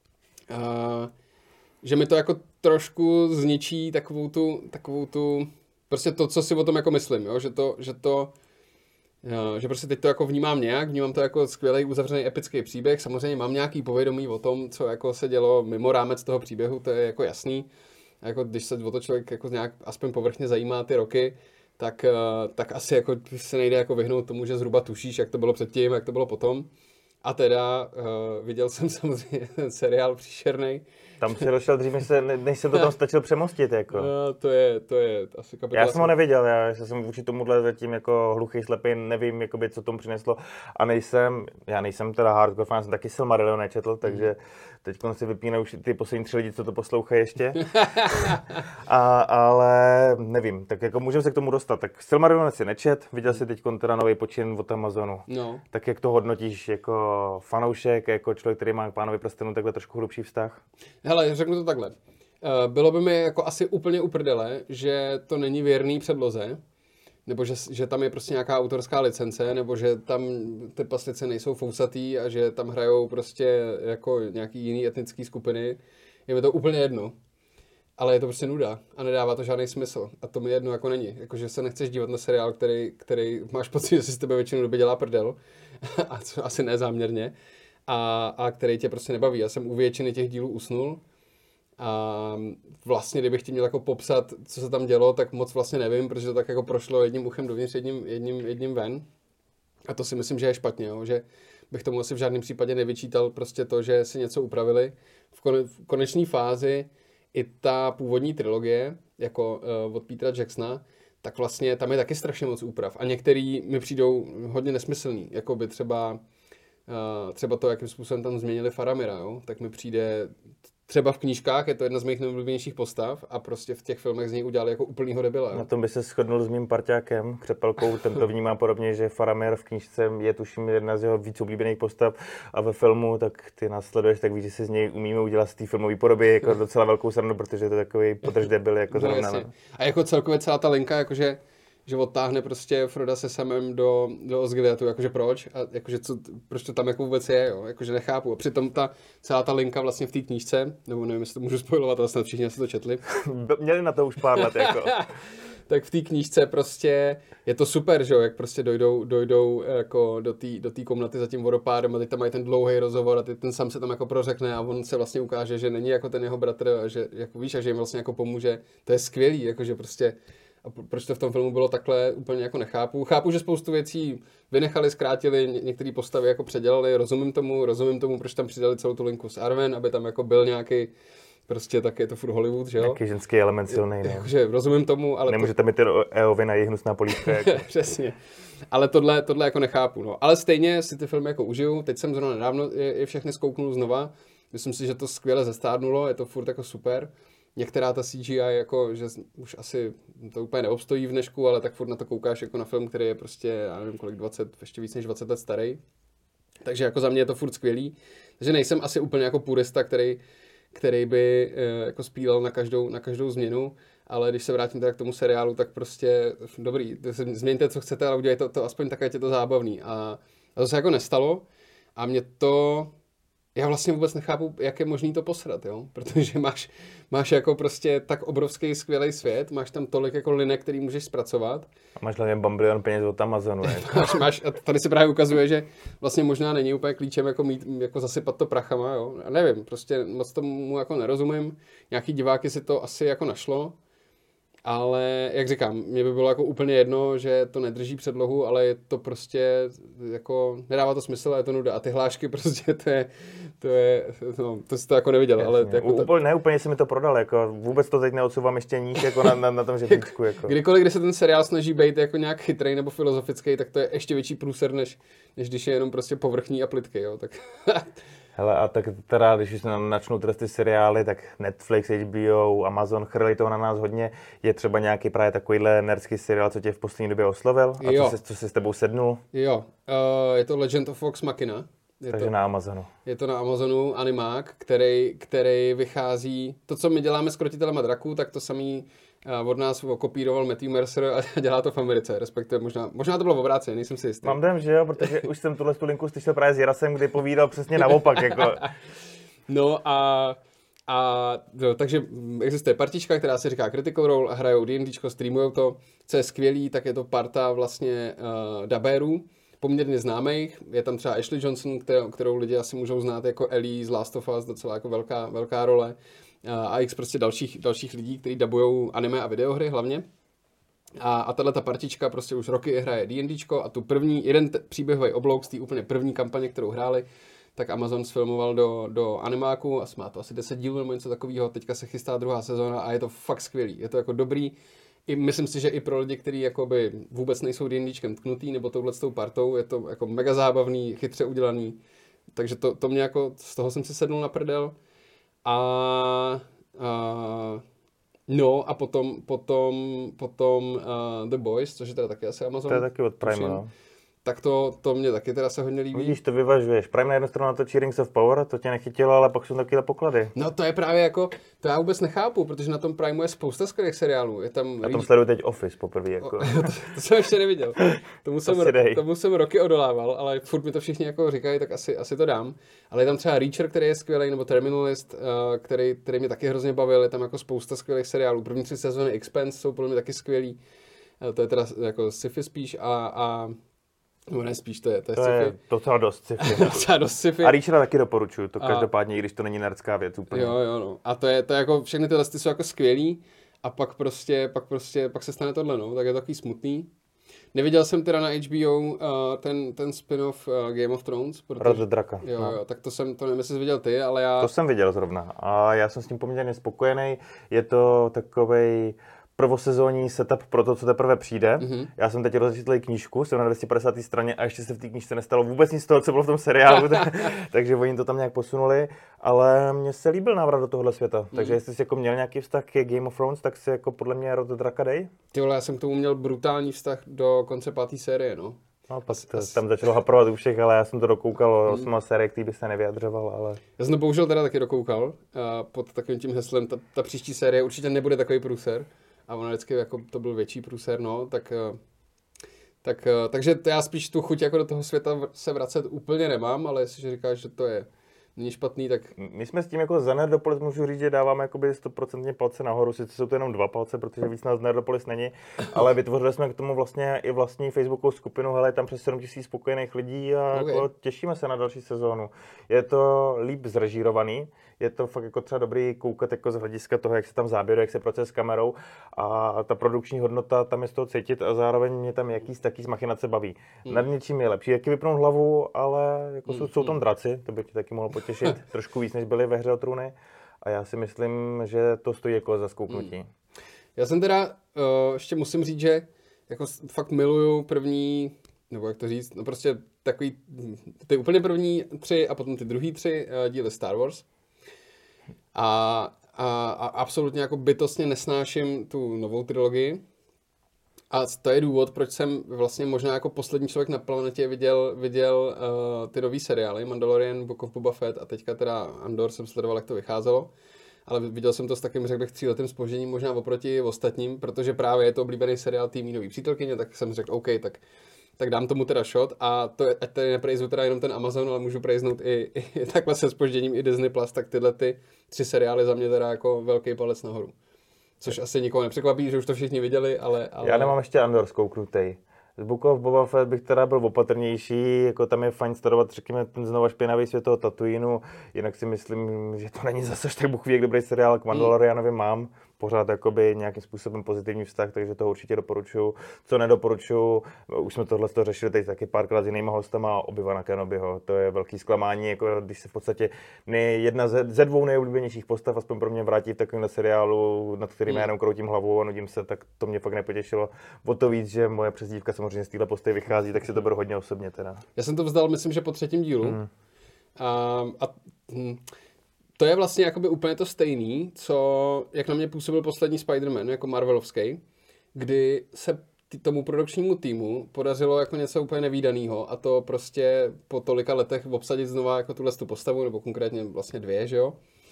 uh, že mi to jako trošku zničí takovou tu, takovou tu, prostě to, co si o tom jako myslím, jo, že to, že to, uh, že prostě teď to jako vnímám nějak, vnímám to jako skvělý uzavřený epický příběh, samozřejmě mám nějaký povědomí o tom, co jako se dělo mimo rámec toho příběhu, to je jako jasný, A jako když se o to člověk jako nějak aspoň povrchně zajímá ty roky, tak, tak asi jako se nejde jako vyhnout tomu, že zhruba tušíš, jak to bylo předtím, jak to bylo potom. A teda uh, viděl jsem samozřejmě ten seriál příšernej. Tam si došel dřív, než, se, než jsem to tam stačil přemostit, jako. No, to je, to je asi kapitola. Já jsem ho neviděl, já jsem vůči tomuhle zatím jako hluchý, slepý, nevím, jakoby, co tomu přineslo. A nejsem, já nejsem teda hardcore fan, jsem taky Silmarillion nečetl, takže teď si vypínají už ty poslední tři lidi, co to poslouchají ještě. A, ale nevím, tak jako můžeme se k tomu dostat. Tak Silmarillion si nečet, viděl si teď teda nový počin od Amazonu. No. Tak jak to hodnotíš jako fanoušek, jako člověk, který má k Pánovi prstenů takhle trošku hlubší vztah? Hele, řeknu to takhle. Bylo by mi jako asi úplně uprdele, že to není věrný předloze, nebo že, že tam je prostě nějaká autorská licence, nebo že tam ty paslice nejsou fousatý a že tam hrajou prostě jako nějaký jiný etnický skupiny. Je mi to úplně jedno. Ale je to prostě nuda a nedává to žádný smysl. A to mi jedno jako není. Jakože se nechceš dívat na seriál, který, který máš pocit, že si z tebe většinu doby dělá prdel. A co asi nezáměrně. A, a který tě prostě nebaví. Já jsem u většiny těch dílů usnul. A vlastně, kdybych ti měl jako popsat, co se tam dělo, tak moc vlastně nevím, protože to tak jako prošlo jedním uchem dovnitř, jedním, jedním, jedním ven. A to si myslím, že je špatně, jo? Že bych tomu asi v žádném případě nevyčítal prostě to, že si něco upravili. V, kone, v konečné fázi i ta původní trilogie, jako uh, od Petera Jacksona, tak vlastně tam je taky strašně moc úprav. A některý mi přijdou hodně nesmyslný, jako by třeba, uh, třeba to, jakým způsobem tam změnili Faramira, jo? Tak mi přijde... Třeba v knížkách je to jedna z mých nejoblíbenějších postav a prostě v těch filmech z něj udělali jako úplnýho debila. Na tom by se shodnul s mým parťákem Křepelkou, ten to vnímá podobně, že Faramir v knížce je tuším jedna z jeho víc oblíbených postav a ve filmu, tak ty následuješ, tak víš, že si z něj umíme udělat z té filmové podoby jako docela velkou srandu, protože je to takový podrž debil jako no, zrovna. No. A jako celkově celá ta linka, jakože že odtáhne prostě Froda se Samem do, do Osgiliathu, jakože proč, a jakože co, proč to tam jako vůbec je, jo, jakože nechápu. A přitom ta, celá ta linka vlastně v té knížce, nebo nevím, jestli to můžu spoilovat, ale snad všichni asi to četli. Měli na to už pár let, jako. Tak v té knížce prostě je to super, že jo, jak prostě dojdou, dojdou jako do té do té komnaty za tím vodopádem a teď tam mají ten dlouhý rozhovor a teď ten Sam se tam jako prořekne a on se vlastně ukáže, že není jako ten jeho bratr a že, jako víš, a že jim vlastně jako pomůže. To je skvělý, jakože prostě a proč to v tom filmu bylo takhle, úplně jako nechápu. Chápu, že spoustu věcí vynechali, zkrátili, ně- některé postavy jako předělali, rozumím tomu, rozumím tomu, proč tam přidali celou tu linku s Arwen, aby tam jako byl nějaký, prostě tak je to furt Hollywood, že jo? Nějaký ženský element silný, no. Jakože rozumím tomu, ale... Nemůžete mi ty Eovy na jejich hnusná polívka, jako. Přesně. Ale tohle, tohle jako nechápu, no. Ale stejně si ty filmy jako užiju, teď jsem zrovna nedávno je, je všechny zkouknul znova, myslím si, že to skvěle zestárnulo, je to furt jako super. Některá ta C G I, jako, že už asi to úplně neobstojí v dnešku, ale tak furt na to koukáš jako na film, který je prostě, já nevím kolik, dvacet, ještě víc než dvacet let starý. Takže jako za mě je to furt skvělý. Takže nejsem asi úplně jako purista, který, který by jako spílal na každou, na každou změnu, ale když se vrátím teda k tomu seriálu, tak prostě dobrý, změňte, co chcete, ale udělejte to, to aspoň tak, ať je to zábavný. A, a to se jako nestalo a mě to... Já vlastně vůbec nechápu, jak je možný to posrat, jo? Protože máš, máš jako prostě tak obrovský skvělý svět, máš tam tolik jako linek, který můžeš zpracovat. A máš hlavně bambilion peněz od Amazonu. Jako. máš, máš, a tady se právě ukazuje, že vlastně možná není úplně klíčem jako, mít, jako zasypat to prachama, jo? A nevím, prostě moc tomu jako nerozumím. Nějaký diváky si to asi jako našlo. Ale jak říkám, mě by bylo jako úplně jedno, že to nedrží předlohu, ale je to prostě jako, nedává to smysl a je to nuda. A ty hlášky prostě, to je, to je, no, to jsi to jako neviděl. Jasně. Ale jako úplně, ne, úplně si mi to prodal, jako vůbec to teď neodsouvám ještě níž jako na, na, na tom žebříčku. Jako. Kdykoliv, kdy se ten seriál snaží být jako nějak chytrej nebo filozofický, tak to je ještě větší průser, než, než když je jenom prostě povrchní a plytký, jo, tak... Hele, a tak teda, když už načnou ty seriály, tak Netflix, H B O, Amazon, chrlí toho na nás hodně. Je třeba nějaký právě takovýhle nerdský seriál, co tě v poslední době oslovil? A jo. co, se, co se s tebou sednul? Jo, uh, je to Legend of Vox Machina. Je Takže to, na Amazonu. Je to na Amazonu animák, který, který vychází... To, co my děláme s Krotitelema draků, tak to samý uh, od nás kopíroval Matthew Mercer a dělá to v Americe, respektive možná, možná to bylo v obráceně, nejsem si jistý. Mám dojem, že jo, protože už jsem tuhle linku slyšel právě s Jarasem, kdy povídal přesně naopak. Jako. No a... A no, takže existuje partička, která se říká Critical Role a hrajou D and D, streamujou to. Co je skvělý, tak je to parta vlastně uh, dabérů, poměrně známých. Je tam třeba Ashley Johnson, kterou, kterou lidi asi můžou znát jako Ellie z Last of Us, docela jako velká, velká role. a x prostě dalších, dalších lidí, kteří dabujou anime a videohry hlavně. A, a tahle ta partička prostě už roky hraje D&Dčko a tu první, jeden t- příběhový oblouk z té úplně první kampaně, kterou hráli, tak Amazon sfilmoval do, do animáku a má to asi deset dílů nebo něco takového. Teďka se chystá druhá sezóna a je to fakt skvělý. Je to jako dobrý. I myslím si, že i pro lidi, kteří jakoby vůbec nejsou D&Dčkem tknutý nebo touhletou partou, je to jako mega zábavný, chytře udělaný. Takže to, to mě jako, z toho jsem si sednul na prdel. A, a no a potom, potom, potom uh, The Boys, což je teda taky asi Amazon. To je taky od Prime, no. Tak to, to mě taky teda se hodně líbí. Vidíš, to vyvažuješ. Prime na jednu stranu natočí Rings of Power, to tě nechytilo, ale pak jsou takové poklady. No to je právě jako, to já vůbec nechápu, protože na tom Primeu je spousta skvělých seriálů. Je tam Na tom sleduju teď Office poprvé. Jako. to, to jsem ještě neviděl. Tomu jsem, ro- tomu jsem roky odolával, ale furt mi to všichni jako říkají, tak asi, asi to dám. Ale je tam třeba Reacher, který je skvělý, nebo Terminalist, uh, který, který mě taky hrozně bavil. Je tam jako spousta skvělých seriálů. První tři sezóny Expanse jsou podle mě taky skvělý. Uh, to je teda jako sci-fi spíš a... a no ne, spíš to je, to je to sci-fi. je docela dost sci-fi. docela dost sci-fi. A Reachera taky doporučuju, to a... každopádně, i když to není nerdská věc úplně. Jo, jo, no. A to je, to je jako, všechny tyhle ty jsou jako skvělý a pak prostě, pak prostě, pak se stane tohle, no, tak je to takový smutný. Neviděl jsem teda na H B O uh, ten, ten spin-off uh, Game of Thrones. Protože... Rod draka. Jo, no. jo, tak to jsem, to nevím, jestli jsi viděl ty, ale já... To jsem viděl zrovna a já jsem s tím poměrně spokojený. Je to takovej prvosezónní setup pro to, co teprve přijde. Mm-hmm. Já jsem teď rozčetl knížku, jsem na dvě stě padesáté straně a ještě se v té knížce nestalo vůbec nic z toho, co bylo v tom seriálu, takže oni to tam nějak posunuli, ale mně se líbil návrat do tohohle světa. Mm-hmm. Takže jestli jsi jako měl nějaký vztah k Game of Thrones, tak si jako podle mě Rod draka dej. Ty vole, já jsem k tomu měl brutální vztah do konce páté série, no. No, pak to, tam začalo haprovat u všech, ale já jsem to dokoukal, mm. osma série, který by se nevyjadřoval, ale... Já jsem to bohužel teda taky dokoukal a pod takovým tím heslem, ta, ta příští série určitě nebude takový průser. A ono vždycky jako to byl větší průser, no, tak, tak, takže já spíš tu chuť jako do toho světa se vracet úplně nemám, ale jestliže říkáš, že to je není špatný, tak... My jsme s tím jako za Nerdopolis, můžu říct, že dáváme jakoby sto procent palce nahoru, sice jsou to jenom dva palce, protože víc nás Nerdopolis není, ale vytvořili jsme k tomu vlastně i vlastní facebookovou skupinu, hele, je tam přes sedm tisíc spokojených lidí a okay. jako těšíme se na další sezónu. Je to líp zrežírovaný, je to fakt jako třeba dobrý koukat jako z hlediska toho, jak se tam záběruje, jak se pracuje s kamerou a ta produkční hodnota tam je z toho cítit a zároveň mě tam jakýs taký z machinace baví. Hmm. Nad něčím je lepší, jaký vypnout hlavu, ale jako hmm. jsou, jsou tam draci, to by ti taky mohlo potěšit, trošku víc, než byly ve Hře o trůny a já si myslím, že to stojí jako za zkouknutí. Hmm. Já jsem teda, uh, ještě musím říct, že jako fakt miluju první, nebo jak to říct, no prostě takový, ty úplně první tři a potom ty druhý tři uh, díly Star Wars. A, a, a absolutně jako bytostně nesnáším tu novou trilogii. A to je důvod, proč jsem vlastně možná jako poslední člověk na planetě viděl, viděl uh, ty nový seriály, Mandalorian, Book of Boba Fett a teďka teda Andor jsem sledoval, jak to vycházelo. Ale viděl jsem to s takým, řekl bych, tříletým zpožděním možná oproti ostatním, protože právě je to oblíbený seriál Tý mý nový přítelkyně, tak jsem řekl, OK, tak, tak dám tomu teda shot a to je, ať tady neprejznu teda jenom ten Amazon, ale můžu prejznout i, i takhle se zpožděním i Disney Plus, tak tyhle ty tři seriály za mě teda jako velký palec nahoru. Což asi nikoho nepřekvapí, že už to všichni viděli, ale... ale... Já nemám ještě Andor zkouknutej. Z Book of Boba Fett bych teda byl opatrnější, jako tam je fajn sledovat, řekněme, ten znova špinavý svět toho Tatooinu, jinak si myslím, že to není zase tak Bůh ví, jak dobrý seriál, k Mandalorianovi mám pořád jakoby nějakým způsobem pozitivní vztah, takže to určitě doporučuju. Co nedoporučuju, už jsme tohle to řešili teď taky párkrát s jinýma hostama, Obi-Wana Kenobiho, to je velký zklamání, jako když se v podstatě jedna ze, ze dvou nejoblíbenějších postav, aspoň pro mě vrátí v takovém seriálu, nad kterým hmm. já jenom kroutím hlavou a nudím se, tak to mě fakt nepotěšilo. O to víc, že moje přezdívka samozřejmě z téhle postavy vychází, tak si to beru hodně osobně teda. Já jsem to vzdal, myslím, že po třetím dílu. Hmm. A, a hm. To je vlastně jakoby úplně to stejný, co jak na mě působil poslední Spider-Man jako Marvelovský, kdy se t- tomu produkčnímu týmu podařilo jako něco úplně nevídaného a to prostě po tolika letech obsadit znova jako tuhle tu postavu, nebo konkrétně vlastně dvě, že jo.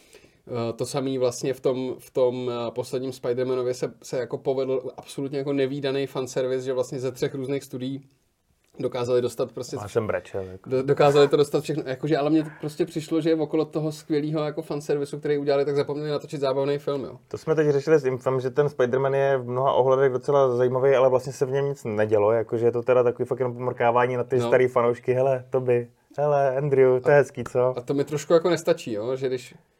To samé vlastně v tom, v tom posledním Spider-Manově se, se jako povedl absolutně jako nevídaný fanservice, že vlastně ze třech různých studií dokázali dostat prostě... Já jsem brečel. Jako. Do, dokázali to dostat všechno, jakože, ale mně to prostě přišlo, že okolo toho skvělého jako fanservisu, který udělali, tak zapomněli natočit zábavný film, jo. To jsme teď řešili s Infam, že ten Spider-Man je v mnoha ohledech docela zajímavý, ale vlastně se v něm nic nedělo, jakože je to teda takový fakt jenom pomrkávání na ty no. starý fanoušky, hele, Toby, hele, Andrew, to je hezký, co? A to mi trošku jako nestačí, jo, že když...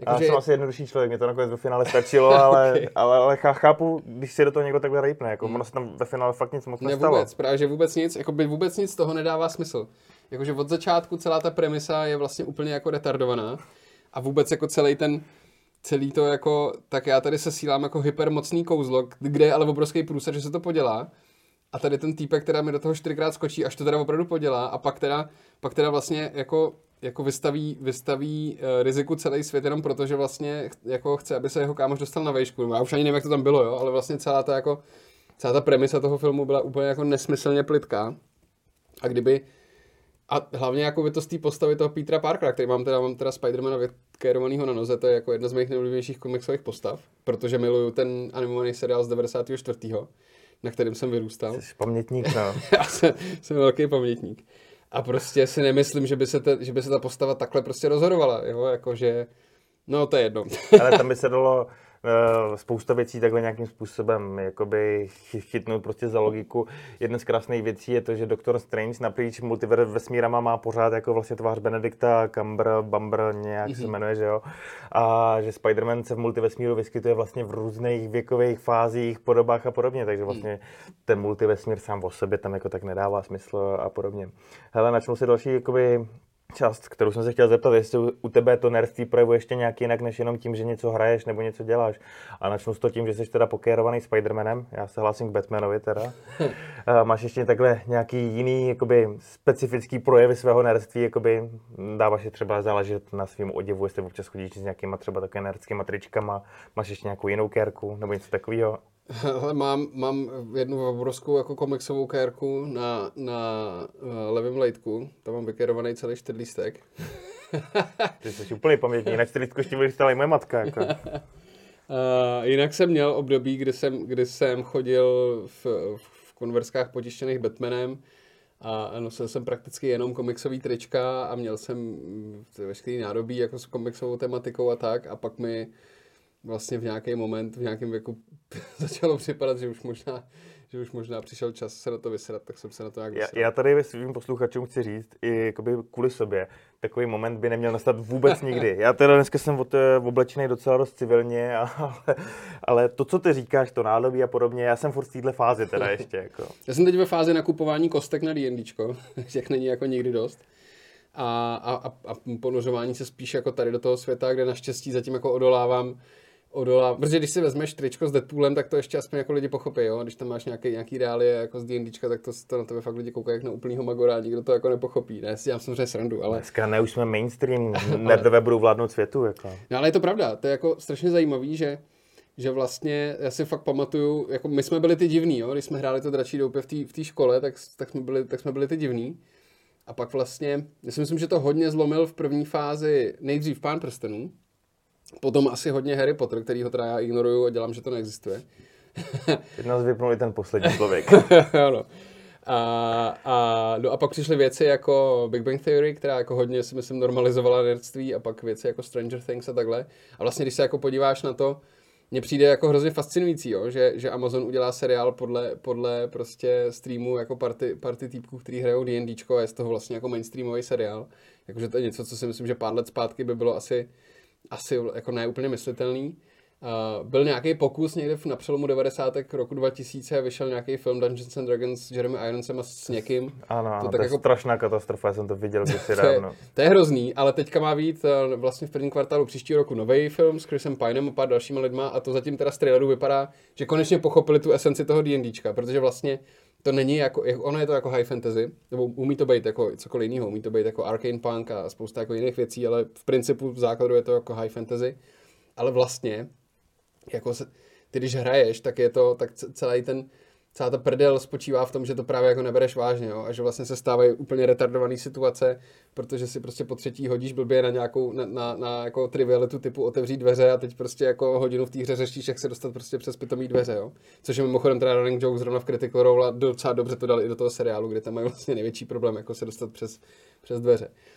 Jako, já že... jsem asi jednodušší člověk, mě to nakonec ve finále stačilo, ale, okay. ale, ale chápu, když si do toho někdo takhle rejpne, jako hmm. ono se tam ve finále fakt nic moc nestalo. Ne vůbec, právě že vůbec nic, jako by vůbec nic z toho nedává smysl. Jakože od začátku celá ta premisa je vlastně úplně jako retardovaná a vůbec jako celý ten, celý to jako, tak já tady se sílám jako hypermocný kouzlo, kde je ale obrovský průser, že se to podělá. A tady ten týpek, která mi do toho čtyřikrát skočí, až to teda opravdu podělá a pak teda, pak teda vlastně jako, jako vystaví, vystaví uh, riziku celý svět jenom proto, že vlastně jako chce, aby se jeho kámoš dostal na vejšku. Já už ani nevím, jak to tam bylo, jo, ale vlastně celá ta, jako, celá ta premisa toho filmu byla úplně jako nesmyslně plytká. A kdyby, a hlavně jako by to z té postavy toho Petera Parkera, který mám teda, mám teda Spidermana vykérovanýho na noze, to je jako jedna z mých nejoblíbenějších komiksových postav, protože miluju ten animovaný seriál z devadesátého čtvrtého na kterým jsem vyrůstal. Jsi pamětník, no. Já jsem, jsem velký pamětník. A prostě si nemyslím, že by se, te, že by se ta postava takhle prostě rozhodovala, jo, jakože, no to je jedno. Ale tam by se dalo uh, spousta věcí takhle nějakým způsobem jakoby chytnout prostě za logiku. Jedna z krásných věcí je to, že Doctor Strange napříč multivesmírama má pořád jako vlastně tvář Benedikta Cumberbatch, nějak mm-hmm. se jmenuje, že jo. A že Spider-Man se v multivesmíru vyskytuje vlastně v různých věkových fázích, podobách a podobně, takže vlastně mm. ten multivesmír sám o sobě tam jako tak nedává smysl a podobně. Hele, načnu si další jakoby část, kterou jsem se chtěl zeptat, jestli u tebe to nerdství projevuje ještě nějak jinak, než jenom tím, že něco hraješ nebo něco děláš. A načnu s to tím, že jsi teda pokérovaný Spider-Manem, já se hlásím k Batmanovi teda. Máš ještě takhle nějaký jiný jakoby, specifický projevy svého nerdství, jakoby, dáváš je třeba záležet na svým oděvu, jestli občas chodíš s nějakýma třeba také nerdskýma tričkama, máš ještě nějakou jinou kérku nebo něco takového? Hele, mám, mám jednu obrovskou jako komiksovou kérku na, na uh, levém lejtku. Tam mám vykérovaný celý čtyřlístek. Ty jsi úplný pamětník, na čtyřlístku ještě vyrůstala i moje matka. Jako. Uh, jinak jsem měl období, kdy jsem, kdy jsem chodil v, v konverskách potištěných Batmanem a nosil jsem prakticky jenom komiksový trička a měl jsem veškerý nádobí jako s komiksovou tematikou a tak a pak mi vlastně v nějaký moment, v nějakém věku začalo připadat, že už možná, že už možná přišel čas se na to vysrat, tak jsem se na to nějak vysrat. Já, já tady svým posluchačům chci říct, i jakoby kvůli sobě, takový moment by neměl nastat vůbec nikdy. Já teda dneska jsem od, oblečený docela dost civilně, ale, ale to, co ty říkáš, to nádobí a podobně, já jsem furt v téhle fázi teda ještě. Jako. Já jsem teď ve fázi nakupování kostek na D&Dčko, těch není jako nikdy dost. A, a, a ponořování se spíš jako tady do toho světa, kde naštěstí zatím jako odolávám Odolá. Protože když si vezmeš tričko s Deadpoolem, tak to ještě aspoň jako lidi pochopí, jo. Když tam máš nějaký, nějaký reálie jako z D&Dčka, tak to, to na tebe fakt lidi koukají jak na úplnýho magora, nikdo to jako nepochopí. Ne, já si dělám samozřejmě srandu, ale... Dneska ne, už jsme mainstream, nerdové budou vládnout světu, jako. No ale je to pravda, to je jako strašně zajímavý, že, že vlastně, já si fakt pamatuju, jako my jsme byli ty divný, jo. Když jsme hráli to dračí doupě v té škole, tak, tak, jsme byli, tak jsme byli ty divný. A pak vlastně, já si myslím, že to hodně zlomil v první fázi nejdřív Pán prstenů, potom asi hodně Harry Potter, který ho teda já ignoruju a dělám, že to neexistuje. Teď nás vypnul i ten poslední člověk. Ano. A, a, no a pak přišly věci jako Big Bang Theory, která jako hodně si myslím normalizovala nerdství a pak věci jako Stranger Things a takhle. A vlastně, když se jako podíváš na to, mně přijde jako hrozně fascinující, jo? Že, že Amazon udělá seriál podle, podle prostě streamu jako party, party týpků, který hrajou D&Dčko a je z toho vlastně jako mainstreamový seriál. Jakože to je něco, co si myslím, že pár let zpátky by bylo asi asi jako neúplně myslitelný. Uh, byl nějaký pokus někde na přelomu devadesátek roku dva tisíce, vyšel nějaký film Dungeons and Dragons s Jeremy Ironsem a s někým. Ano, to, to je jako... strašná katastrofa, já jsem to viděl kdysi dávno. To, to je hrozný, ale teďka má být uh, vlastně v prvním kvartálu příštího roku nový film s Chrisem Pinem a pár dalšíma lidma a to zatím teda z traileru vypadá, že konečně pochopili tu esenci toho D&Dčka, protože vlastně to není jako, ono je to jako high fantasy, nebo umí to být jako cokoliv jiného, umí to být jako arcane punk a spousta jako jiných věcí, ale v principu v základu je to jako high fantasy, ale vlastně jako se, ty když hraješ, tak je to, tak celý ten, celá ta prdel spočívá v tom, že to právě jako nebereš vážně, jo? A že vlastně se stávají úplně retardované situace, protože si prostě po třetí hodíš blbě na nějakou, na, na, na jako trivialitu typu otevřít dveře a teď prostě jako hodinu v té hře řešíš, jak se dostat prostě přes pitomý dveře, jo? Což je mimochodem teda running joke zrovna v Critical Role a docela dobře to dali i do toho seriálu, kde tam mají vlastně největší problém, jako se dostat přes, přes dveře.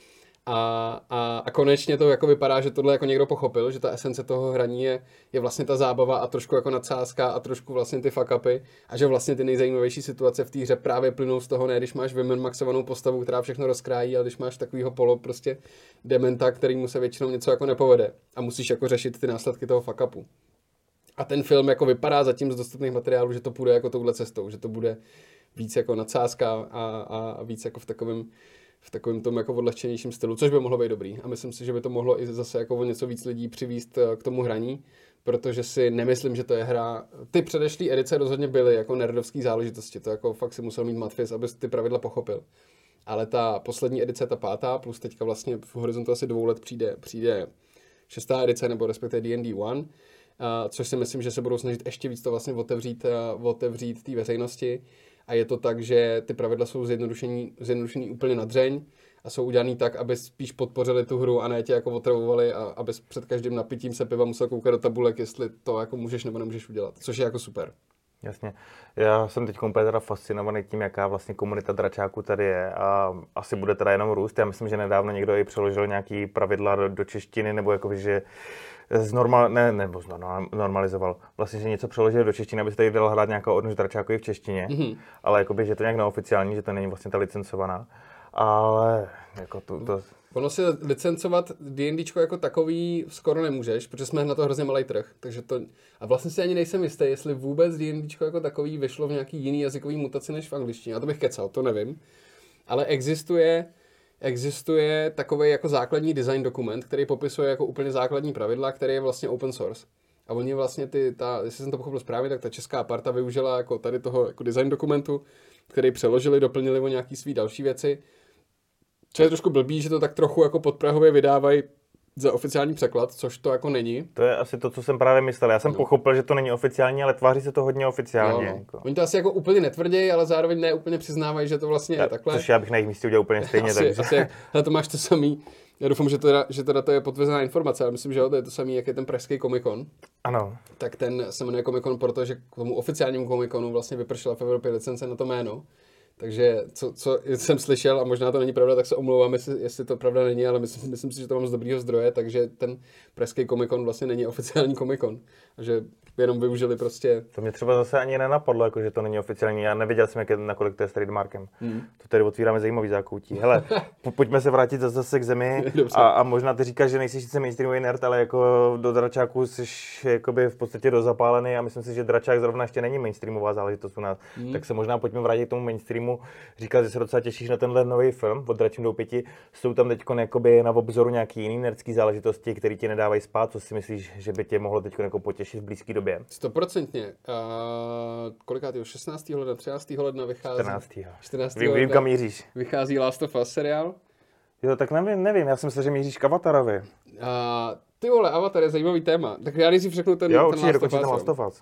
A, a, a konečně to jako vypadá, že tohle jako někdo pochopil, že ta esence toho hraní je, je vlastně ta zábava a trošku jako nadsázka a trošku vlastně ty fuck upy a že vlastně ty nejzajímavější situace v té hře právě plynou z toho, ne když máš vyminmaxovanou postavu, která všechno rozkrájí, ale když máš takovýho polo prostě dementa, který mu se většinou něco jako nepovede a musíš jako řešit ty následky toho fuck upu. A ten film jako vypadá zatím z dostupných materiálů, že to půjde jako touhle cestou, že to bude víc jako nadsázka a, a víc jako v takovém v takovém tom jako odlehčenějším stylu, což by mohlo být dobrý. A myslím si, že by to mohlo i zase jako o něco víc lidí přivízt k tomu hraní, protože si nemyslím, že to je hra. Ty předešlý edice rozhodně byly jako nerdovský záležitosti, to jako fakt si musel mít matfiz, abys ty pravidla pochopil. Ale ta poslední edice, ta pátá, plus teďka vlastně v horizontu asi dvou let přijde, přijde šestá edice, nebo respektive D and D jedna, uh, což si myslím, že se budou snažit ještě víc to vlastně otevřít, uh, otevřít té veřejnosti. A je to tak, že ty pravidla jsou zjednodušený, zjednodušený úplně na dřeň a jsou udělaný tak, aby spíš podpořili tu hru a ne tě jako otravovali a aby před každým napitím se piva musel koukat do tabulek, jestli to jako můžeš nebo nemůžeš udělat, což je jako super. Jasně. Já jsem teď úplně teda fascinovaný tím, jaká vlastně komunita dračáků tady je a asi bude teda jenom růst. Já myslím, že nedávno někdo i přeložil nějaký pravidla do, do češtiny, nebo jako, že znormal, ne, nebo normalizoval. Vlastně, že něco přeložil do češtiny, aby se tady dala hrát nějaká odnož dračákovi v češtině, mm-hmm. ale jakoby, že to nějak neoficiální, že to není vlastně ta licencovaná. Ale jako to... to... Ono si licencovat D&Dčko jako takový skoro nemůžeš, protože jsme na to hrozně malý trh, takže to... A vlastně si ani nejsem jistý, jestli vůbec D&Dčko jako takový vyšlo v nějaký jiný jazykový mutaci než v angličtině. A to bych kecal, to nevím. Ale existuje... Existuje takový jako základní design dokument, který popisuje jako úplně základní pravidla, který je vlastně open source. A oni vlastně ty, ta, jestli jsem to pochopil správně, tak ta česká parta využila jako tady toho jako design dokumentu, který přeložili, doplnili o nějaký svý další věci. Co je trošku blbý, že to tak trochu jako podprahově vydávají za oficiální překlad, což to jako není. To je asi to, co jsem právě myslel. Já jsem no. pochopil, že to není oficiální, ale tváří se to hodně oficiálně. No. Jako. Oni to asi jako úplně netvrdějí, ale zároveň ne úplně přiznávají, že to vlastně je takhle. Což já bych na jejich místě udělal úplně stejně. asi, takže. asi, ale to máš to samý. Já doufám, že teda, že teda to je potvrzená informace, ale myslím, že jo, to je to samý, jak je ten pražský Comic-Con. Ano. Tak ten se jmenuje Comic-Con, protože k tomu oficiálnímu Comic-Conu vlastně vypršela v Evropě licence na to jméno. Takže co, co jsem slyšel, a možná to není pravda, tak se omlouvám, jestli, jestli to pravda není, ale myslím, myslím si, že to mám z dobrýho zdroje, takže ten pražský Comic-Con vlastně není oficiální Comic-Con. A že jenom využili prostě... To mě třeba zase ani nenapadlo, jako, že to není oficiální. Já nevěděl jsem, jak je, nakolik to je s trademarkem. Hmm. To tady otvíráme zajímavý zákoutí. Hele, po, pojďme se vrátit zase k zemi. a, a možná ty říkáš, že nejsi sice mainstreamový nerd, ale jako do dračáků jsi jakoby v podstatě dozapálený a myslím si, že dračák zrovna ještě není mainstreamová záležitost u nás. Hmm. Tak se možná pojďme vrátit k tomu mainstreamu. Říkal, že se docela těšíš na tenhle nový film od Dračím doupěti. Jsou tam teď jakoby na obzoru nějaký jiný nerdský záležitosti, které ti nedávají spát. Co si myslíš, že by tě mohlo teď jako potěšit v blízké době? Stoprocentně. Uh, kolikátýho? šestnáctého ledna, třináctého ledna vychází. čtrnáctého. čtrnáctého Vím, vím, kam míříš. Vychází Last of Us seriál. Jo, tak nevím, nevím. Já jsem myslel, že míříš k Avatarovi. Uh, ty vole, Avatar je zajímavý téma. Tak já nejdřív řeknu ten, jo, ten určitě, Last of Us. ten Last of Us.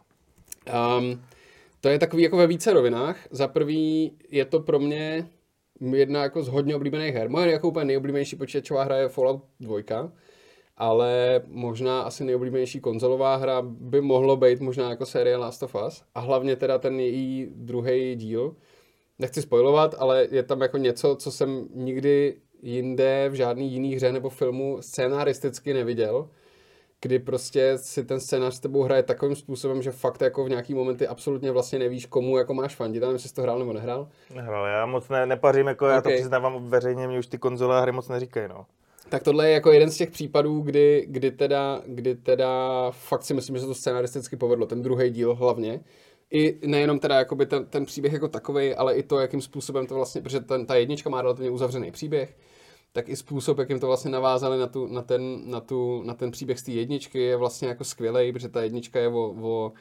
Um, to je takový jako ve více rovinách. Za prvý je to pro mě jedna jako z hodně oblíbených her. Moje jako úplně nejoblíbenější počítačová hra je Fallout dva, ale možná asi nejoblíbenější konzolová hra by mohlo být možná jako série Last of Us. A hlavně teda ten její druhý díl. Nechci spoilovat, ale je tam jako něco, co jsem nikdy jinde v žádný jiný hře nebo filmu scénaristicky neviděl, kdy prostě si ten scénář s tebou hraje takovým způsobem, že fakt jako v nějaký momenty absolutně vlastně nevíš, komu jako máš fandit. Já nevím, jestli jsi to hrál nebo nehrál. Nehrál, já moc ne, nepařím, jako okay. Já to přiznávám veřejně, mě už ty konzole a hry moc neříkají, no. Tak tohle je jako jeden z těch případů, kdy, kdy, teda, kdy teda fakt si myslím, že se to scénaristicky povedlo, ten druhý díl hlavně. I nejenom teda jakoby ten, ten příběh jako takovej, ale i to, jakým způsobem to vlastně, protože ten, ta jednička má relativně uzavřený příběh, tak i způsob, jakým to vlastně navázali na, tu, na, ten, na, tu, na ten příběh z té jedničky je vlastně jako skvělej, protože ta jednička je o, o,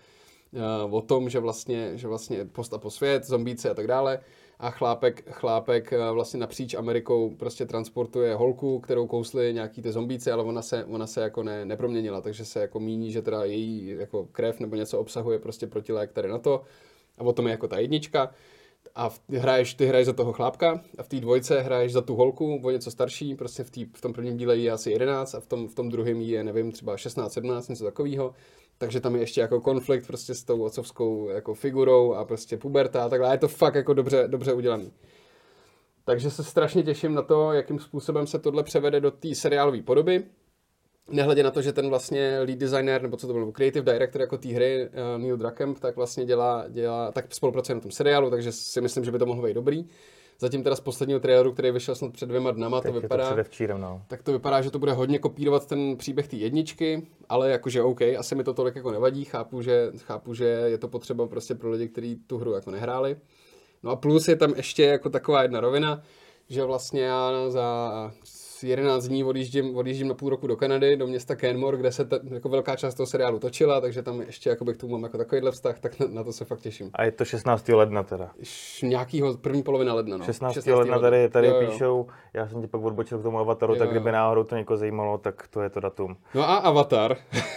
o tom, že vlastně, že vlastně post a po svět, zombíci a tak dále. A chlápek, chlápek vlastně napříč Amerikou prostě transportuje holku, kterou kousli nějaký ty zombíci, ale ona se, ona se jako ne, neproměnila, takže se jako míní, že teda její jako krev nebo něco obsahuje prostě protilék tady na to. A o tom je jako ta jednička. A ty hraješ, ty hraješ za toho chlápka a v té dvojce hraješ za tu holku, o něco starší, prostě v, tý, v tom prvním díle je asi jedenáct a v tom, v tom druhém je, nevím, třeba šestnáct, sedmnáct, něco takového. Takže tam je ještě jako konflikt prostě s tou otcovskou jako figurou a prostě puberta a takhle. A je to fakt jako dobře, dobře udělaný. Takže se strašně těším na to, jakým způsobem se tohle převede do té seriálové podoby. Nehledě na to, že ten vlastně lead designer, nebo co to bylo, creative director jako té hry, uh, Neil Druckmann, tak vlastně dělá, dělá, tak spolupracuje na tom seriálu, takže si myslím, že by to mohlo být dobrý. Zatím teda z posledního traileru, který vyšel snad před dvěma dnama, tak to vypadá, to předevčírem, no. tak to vypadá, že to bude hodně kopírovat ten příběh té jedničky, ale jakože OK, asi mi to tolik jako nevadí, chápu, že, chápu, že je to potřeba prostě pro lidi, kteří tu hru jako nehráli. No a plus je tam ještě jako taková jedna rovina, že vlastně já za jedenáct dní odjíždím, odjíždím na půl roku do Kanady, do města Canmore, kde se ta, jako velká část toho seriálu točila, takže tam ještě jakoby k tomu mám jako takovýhle vztah, tak na, na to se fakt těším. A je to šestnáctého ledna teda? Š, nějakýho první polovina ledna, no. šestnáctého ledna tady, tady jo, jo. píšou, já jsem ti pak odbočil k tomu Avataru, jo, tak kdyby jo. náhodou to někoho zajímalo, tak to je to datum. No a Avatar,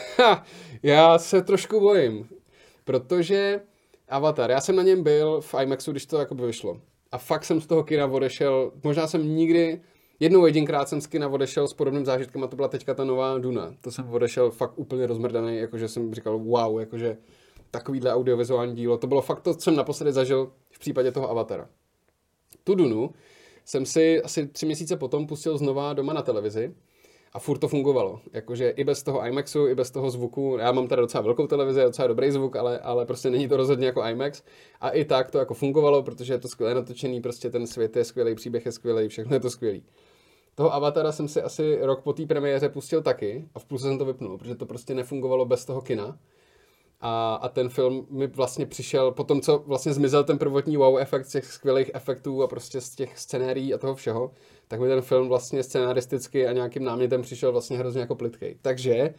já se trošku bojím, protože Avatar, já jsem na něm byl v IMAXu, když to jakoby vyšlo. A fakt jsem z toho kina odešel, možná jsem nikdy, jednou jedinkrát jsem z kina odešel s podobným zážitkem a to byla teďka ta nová Duna. To jsem odešel fakt úplně rozmrdaný, jakože jsem říkal wow, jakože takovýhle audiovizuální dílo. To bylo fakt to, co jsem naposledy zažil v případě toho Avatara. Tu Dunu jsem si asi tři měsíce potom pustil znova doma na televizi a furt to fungovalo. Jakože i bez toho IMAXu, i bez toho zvuku. Já mám tady docela velkou televizi, docela dobrý zvuk, ale, ale prostě není to rozhodně jako IMAX. A i tak to jako fungovalo, protože je to skvěle natočený, prostě ten svět je skvělý, příběh je skvělý, všechno je to skvělý. Toho Avatara jsem si asi rok po té premiéře pustil taky a v půlce jsem to vypnul, protože to prostě nefungovalo bez toho kina. A, a ten film mi vlastně přišel, po tom, co vlastně zmizel ten prvotní wow efekt z těch skvělých efektů a prostě z těch scenérií a toho všeho, tak mi ten film vlastně scenaristicky a nějakým námětem přišel vlastně hrozně jako plytkej. Takže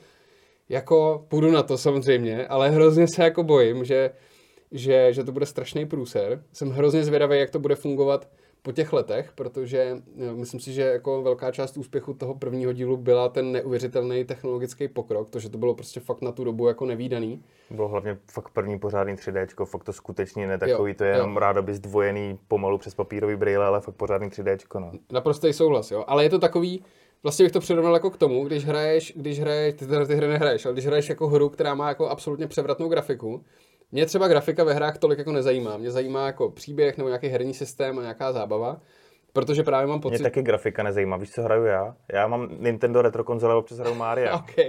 jako půjdu na to samozřejmě, ale hrozně se jako bojím, že, že, že to bude strašný průser. Jsem hrozně zvědavý, jak to bude fungovat po těch letech, protože jo, myslím si, že jako velká část úspěchu toho prvního dílu byla ten neuvěřitelný technologický pokrok, to, že to bylo prostě fakt na tu dobu jako nevídaný. Bylo hlavně fakt první pořádný tři déčko, fakt to skutečně ne takový, jo, to je jo. jenom rádoby zdvojený pomalu přes papírový brýle, ale fakt pořádný tři déčko, no. Naprostý souhlas, jo, ale je to takový, vlastně bych to přirovnal jako k tomu, když hraješ, když hraješ, ty, ty hry nehraješ, ale když hraješ jako hru, která má jako absolutně převratnou grafiku. Mě třeba grafika ve hrách tolik jako nezajímá. Mě zajímá jako příběh nebo nějaký herní systém a nějaká zábava, protože právě mám pocit... Mě taky grafika nezajímá. Víš, co hraju já? Já mám Nintendo retro konzole a občas hraju Maria. Okay.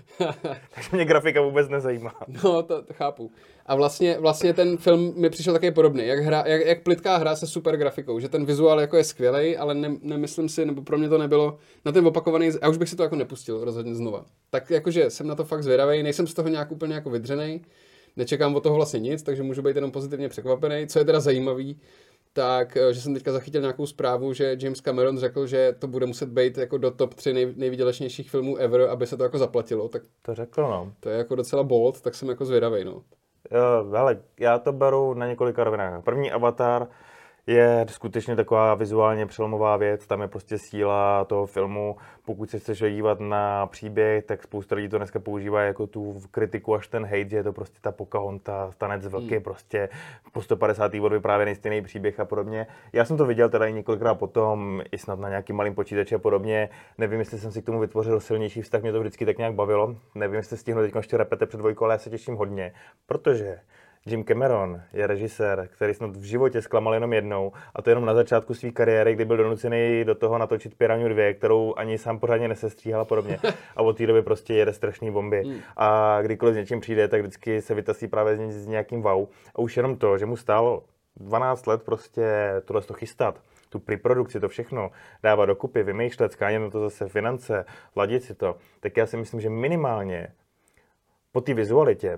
Takže mě grafika vůbec nezajímá. No, to, to chápu. A vlastně, vlastně ten film mi přišel taky podobný. Jak, hra, jak, jak plitká hra se super grafikou. Že ten vizuál jako je skvělej, ale ne, nemyslím si, nebo pro mě to nebylo na ten opakovaný... Já už bych si to jako nepustil rozhodně znova. Tak jakože jsem na to fakt zvědavej, nejsem z toho nějak úplně jako vydřenej. Nečekám od toho vlastně nic, takže můžu být jenom pozitivně překvapený. Co je teda zajímavý, tak že jsem teďka zachytil nějakou zprávu, že James Cameron řekl, že to bude muset být jako do top tři nej, nejvýdělečnějších filmů ever, aby se to jako zaplatilo. Tak to řekl, no. To je jako docela bold, tak jsem jako zvědavej, no. Jo, hele, já to beru na několika rovinách. První Avatar je skutečně taková vizuálně přelomová věc, tam je prostě síla toho filmu. Pokud se chceš dívat na příběh, tak spousta lidí to dneska používá jako tu kritiku až ten hate, že je to prostě ta Pocahontas, tanec z vlky, hmm. prostě po sto padesátý od vyprávěný stejný příběh a podobně. Já jsem to viděl teda i několikrát potom, i snad na nějakým malým počítači a podobně. Nevím, jestli jsem si k tomu vytvořil silnější vztah, mě to vždycky tak nějak bavilo. Nevím, jestli stihnu teď ještě repete před dvojkou, ale já se těším hodně, protože Jim Cameron je režisér, který snad v životě zklamal jenom jednou, a to jenom na začátku své kariéry, kdy byl donucený do toho natočit Piraniu dva, kterou ani sám pořádně nesestříhal a podobně. A od té doby prostě jede strašný bomby. Mm. A kdykoliv s něčím přijde, tak vždycky se vytasí právě s nějakým wow. A už jenom to, že mu stálo dvanáct let prostě tohle to chystat, tu preprodukci, to všechno dávat dokupy, vymýšlet, skánět na to zase finance, ladit si to, tak já si myslím, že minimálně po té vizualitě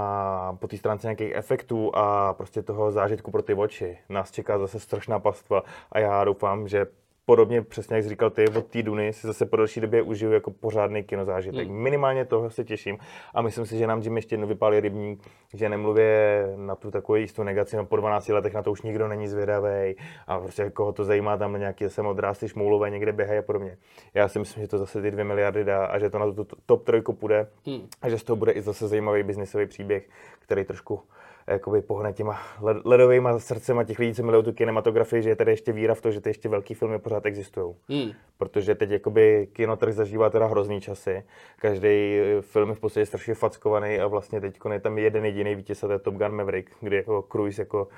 a po té stránce nějakých efektů a prostě toho zážitku pro ty oči nás čeká zase strašná pastva a já doufám, že podobně přesně jak jsi říkal ty, od té Duny si zase po delší době užiju jako pořádný kinozážitek. Mm. Minimálně toho se těším a myslím si, že nám Jim ještě jednou vypálí rybník, že nemluví na tu takovou jistou negaci, no po dvanácti letech na to už nikdo není zvědavej a prostě koho to zajímá, tam nějaký zase modrásty šmoulové někde běhají a podobně. Já si myslím, že to zase ty dvě miliardy dá a že to na tu top trojku půjde mm. a že z toho bude i zase zajímavý biznisový příběh, který trošku jakoby pohne těma ledovýma srdcema těch lidí, co milují tu kinematografii, že je tady ještě víra v to, že ty ještě velký filmy pořád existují. Hmm. Protože teď jakoby kinotrh zažívá teda hrozný časy. Každý film je v podstatě strašně fackovaný a vlastně teď je tam jeden jediný vítěz, a to je Top Gun Maverick, kdy jako Cruise jako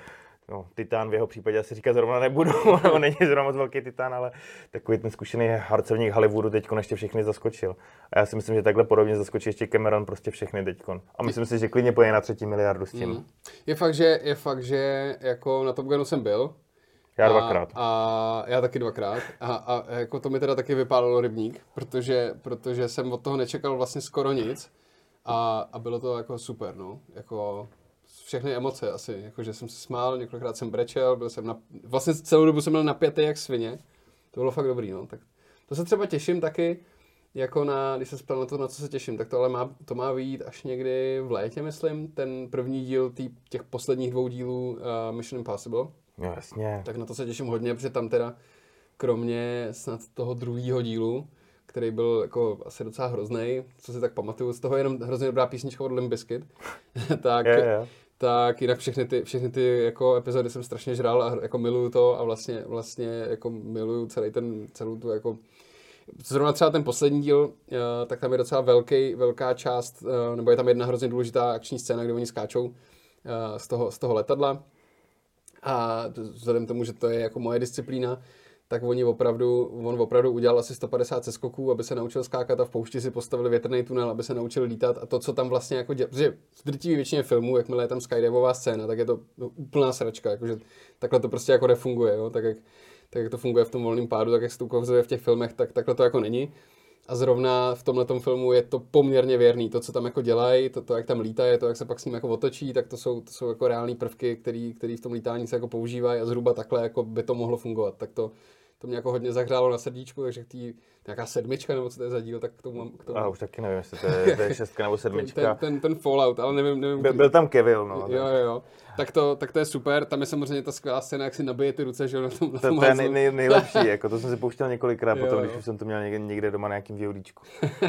no, titán v jeho případě asi říkat zrovna nebudu, on není zrovna moc velký titán, ale takový ten zkušený harcovník Hollywoodu teďko ještě všechny zaskočil. A já si myslím, že takhle podobně zaskočí ještě Cameron prostě všechny teďkon. A myslím si, že klidně pojede na třetí miliardu s tím. Mm. Je fakt, že, je fakt, že jako na Top Gunu jsem byl. Já dvakrát. A, a já taky dvakrát. A, a jako to mi teda taky vypálilo rybník, protože, protože jsem od toho nečekal vlastně skoro nic. A, a bylo to jako super, no. Jako všechny emoce asi, jakože jsem se smál, několikrát jsem brečel, byl jsem na, vlastně celou dobu jsem byl napjatý jak svině. To bylo fakt dobrý, no. Tak to se třeba těším taky, jako na, když se ptal na to, na co se těším, tak to ale má, to má vyjít až někdy v létě, myslím, ten první díl tý, těch posledních dvou dílů uh, Mission Impossible. No jasně. Tak na to se těším hodně, protože tam teda kromě snad toho druhého dílu, který byl jako asi docela hroznej, co si tak pamatuju, z toho je jenom hrozně dobrá písnička od Limp Bizkit, tak, je, je. tak jinak všechny ty, všechny ty jako epizody jsem strašně žral a jako miluju to a vlastně, vlastně jako miluju celý ten, celou tu jako zrovna třeba ten poslední díl, tak tam je docela velký, velká část, nebo je tam jedna hrozně důležitá akční scéna, kde oni skáčou z toho, z toho letadla. A vzhledem tomu, že to je jako moje disciplína, tak oni opravdu, on opravdu udělal asi sto padesát seskoků, aby se naučil skákat a v poušti si postavili větrný tunel, aby se naučil lítat a to, co tam vlastně jako dělá, protože v drtivé většině filmů, jakmile je tam skydivová scéna, tak je to no, úplná sračka, jakože takhle to prostě jako nefunguje, jo? Tak, jak, tak jak to funguje v tom volném pádu, tak jak se to ukazuje v těch filmech, tak takhle to jako není. A zrovna v tomhletom filmu je to poměrně věrný. To, co tam jako dělají, to, to jak tam lítají, to, jak se pak s ním jako otočí, tak to jsou, to jsou jako reální prvky, které v tom lítání se jako používají a zhruba takhle jako by to mohlo fungovat. Tak to, to mě jako hodně zahrálo na srdíčku, takže tý, nějaká sedmička, nebo co to je za díl, tak k tomu mám... K tomu... A už taky nevím, jestli to je, to je šestka nebo sedmička. Ten, ten, ten Fallout, ale nevím... nevím byl, byl tam Kevil, no. Jo, jo, jo. Tak to, tak to je super, tam je samozřejmě ta skvělá scéna, jak si nabije ty ruce, že na tom, na tom to, to je nej, nej, nejlepší, jako to jsem si pouštěl několikrát jo, potom, jo. Když už jsem to měl někde, někde doma na nějakým VODčku.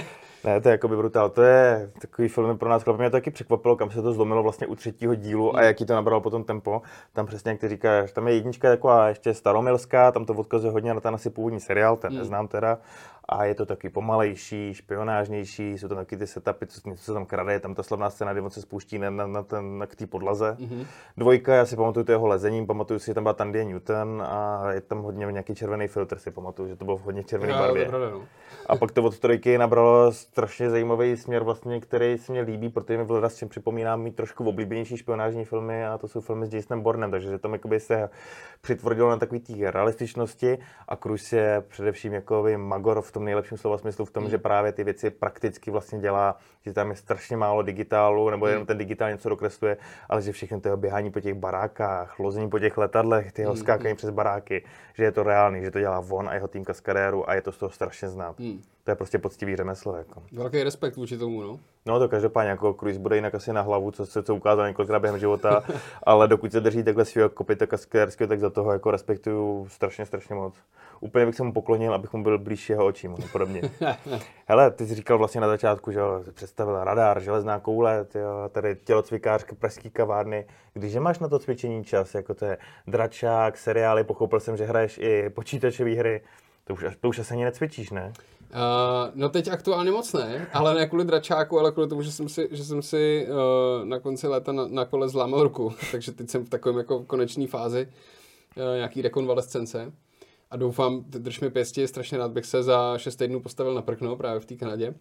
Ne, to je jakoby brutál, to je takový film pro nás, mě to taky překvapilo, kam se to zlomilo vlastně u třetího dílu a jaký to nabralo potom tempo. Tam přesně, jak ty říkáš, tam je jednička taková ještě staromilská, tam to odkazuje hodně na ten asi původní seriál, ten hmm. neznám teda. A je to taky pomalejší, špionážnější, jsou tam taky ty setupy, co, co se tam krade, je tam ta slavná scéna, kdy on se spouští na, na, na, ten, na k té podlaze. Mm-hmm. Dvojka, já si pamatuju to jeho lezením, pamatuju si, že tam byla Tandy Newton a je tam hodně nějaký červený filtr, si pamatuju, že to bylo v hodně červený já, barvě. Pravda, no. A pak to od trojky nabralo strašně zajímavý směr, vlastně, který se mi líbí, protože mi Vlada s čím připomíná mít trošku oblíbenější špionážní filmy a to jsou filmy s Jasonem Bournem, takže tam jakoby se přitvrdilo na takový té realističnosti a Cruise je především jako magor v tom nejlepším slova smyslu v tom, mm. že právě ty věci prakticky vlastně dělá, že tam je strašně málo digitálu, nebo jenom ten digitál něco dokresluje, ale že všechno to běhání po těch barákách, lození po těch letadlech, ty jeho mm. skákání přes baráky, že je to reálný, že to dělá on a jeho tým kaskadérů a je to z toho strašně znát. Mm. To je prostě poctivý řemeslo. Jako. Velký respekt vůči tomu, no. No to každopádně, jako Cruise bude jinak asi na hlavu, co se co ukázal několikrát během života, ale dokud se drží takhle svého kopyta kaskadérského, tak za toho jako respektuju strašně, strašně moc. Úplně bych se mu poklonil, abych mu byl blíž jeho očím, podobně. Hele, ty jsi říkal vlastně na začátku, že jo, představil radar, železná koule, tyjo, tady tělocvikářka, pražský kavárny. Když máš na to cvičení čas, jako to je dračák, seriály, pochopil jsem, že hraješ i počítačové hry, to už, to už asi ani necvičíš, ne? Uh, no teď aktuálně moc ne, ale ne kvůli dračáku, ale kvůli tomu, že jsem si, že jsem si uh, na konci léta na, na kole zlámal ruku, takže teď jsem v takovém jako konečné fázi uh, nějaký rekonvalescence a doufám, drž mi pěstí, strašně rád bych se za šest týdnů postavil na prkno právě v té Kanadě,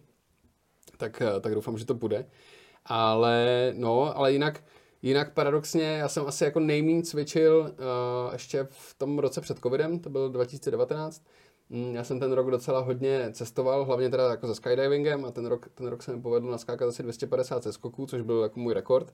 tak, uh, tak doufám, že to bude, ale no, ale jinak Jinak paradoxně, já jsem asi jako nejméně cvičil uh, ještě v tom roce před covidem, to byl dva tisíce devatenáct. Mm, já jsem ten rok docela hodně cestoval, hlavně teda jako za skydivingem a ten rok, ten rok se mi povedlo naskákat asi dvě stě padesát seskoků, což byl jako můj rekord.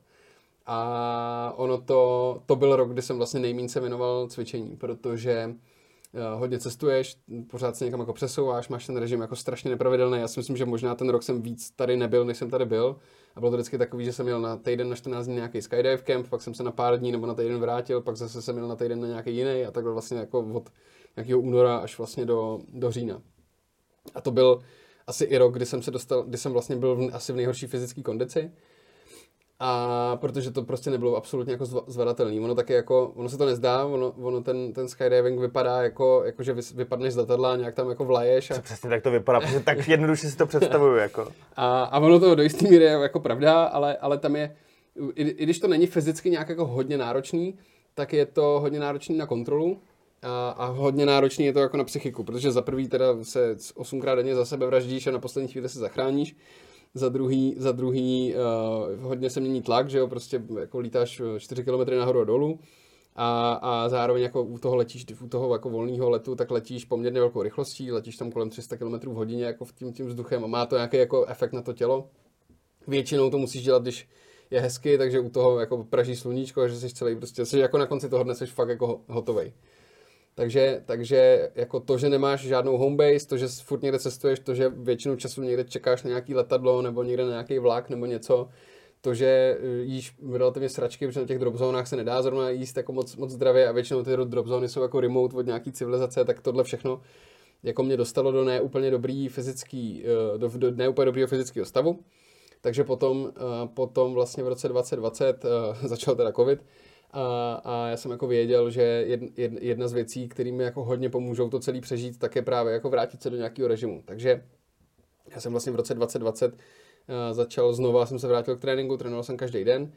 A ono to, to byl rok, kdy jsem vlastně nejméně se věnoval cvičení, protože uh, hodně cestuješ, pořád se někam jako přesouváš, máš ten režim jako strašně nepravidelný. Já si myslím, že možná ten rok jsem víc tady nebyl, než jsem tady byl. A bylo to vždycky takový, že jsem měl na týden na čtrnáct dní nějaký skydive camp, pak jsem se na pár dní nebo na týden vrátil, pak zase jsem měl na týden na nějaký jiný a takhle vlastně jako od nějakého února až vlastně do, do října. A to byl asi i rok, kdy jsem se dostal, kdy jsem vlastně byl v, asi v nejhorší fyzické kondici. A protože to prostě nebylo absolutně jako zvladatelný. Ono taky jako, ono se to nezdá, ono, ono ten, ten skydiving vypadá jako, jako že vy, vypadneš z letadla, nějak tam jako vlaješ. A... Přesně tak to vypadá, protože tak jednoduše si to představuju. Jako. A, a ono to do jistý míry je jako pravda, ale, ale tam je, i, i když to není fyzicky nějak jako hodně náročný, tak je to hodně náročný na kontrolu a, a hodně náročný je to jako na psychiku, protože za prvý teda se osmkrát denně za sebe vraždíš a na poslední chvíli se zachráníš. Za druhý, za druhý uh, hodně se mění tlak, že jo, prostě jako lítáš čtyři kilometry nahoru a dolů a, a zároveň jako u toho letíš, u toho jako volného letu, tak letíš poměrně velkou rychlostí, letíš tam kolem tři sta kilometrů v hodině jako v tím, tím vzduchem a má to nějaký jako efekt na to tělo. Většinou to musíš dělat, když je hezky, takže u toho jako praží sluníčko, že jsi celý prostě, jsi jako na konci toho dne jsi fakt jako hotovej. Takže, takže jako to, že nemáš žádnou homebase, to, že furt někde cestuješ, to, že většinou času někde čekáš na nějaký letadlo nebo někde na nějaký vlak nebo něco, to, že jíš relativně sračky, protože na těch dropzónách se nedá zrovna jíst jako moc, moc zdravě a většinou ty dropzóny jsou jako remote od nějaký civilizace, tak tohle všechno jako mě dostalo do neúplně dobrý fyzický, do, do neúplně dobrýho fyzického stavu. Takže potom, potom vlastně v roce dvacet dvacet začal teda covid a, a já jsem jako věděl, že jed, jedna z věcí, které mi jako hodně pomůžou to celý přežít, tak je právě jako vrátit se do nějakého režimu. Takže já jsem vlastně v roce dvacet dvacet začal znova, jsem se vrátil k tréninku, trénoval jsem každý den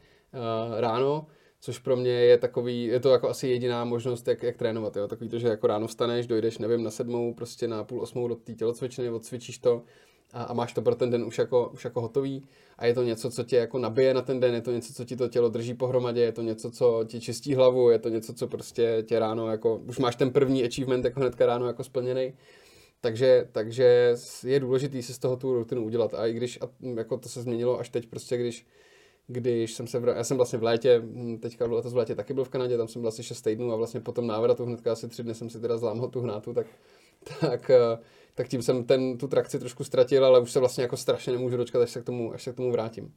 ráno, což pro mě je takový, je to jako asi jediná možnost, jak, jak trénovat, jo? Takový to, že jako ráno vstaneš, dojdeš, nevím, na sedmou, prostě na půl osmou do té tělocvičny, odcvičíš to, A, a máš to pro ten den už jako, už jako hotový a je to něco, co tě jako nabije na ten den, je to něco, co ti to tělo drží pohromadě, je to něco, co ti čistí hlavu, je to něco, co prostě tě ráno jako, už máš ten první achievement jako hnedka ráno jako splněnej, takže, takže je důležitý si z toho tu rutinu udělat a i když, a jako to se změnilo až teď prostě, když když jsem se, vr... já jsem vlastně v létě, teďka letos v létě taky byl v Kanadě, tam jsem byl asi šest týdnů a vlastně po tom návratu hnedka asi tři dny jsem si teda zlámal tu hnátu, tak, tak, tak tím jsem ten, tu trakci trošku ztratil, ale už se vlastně jako strašně nemůžu dočkat, až se k tomu, až se k tomu vrátím.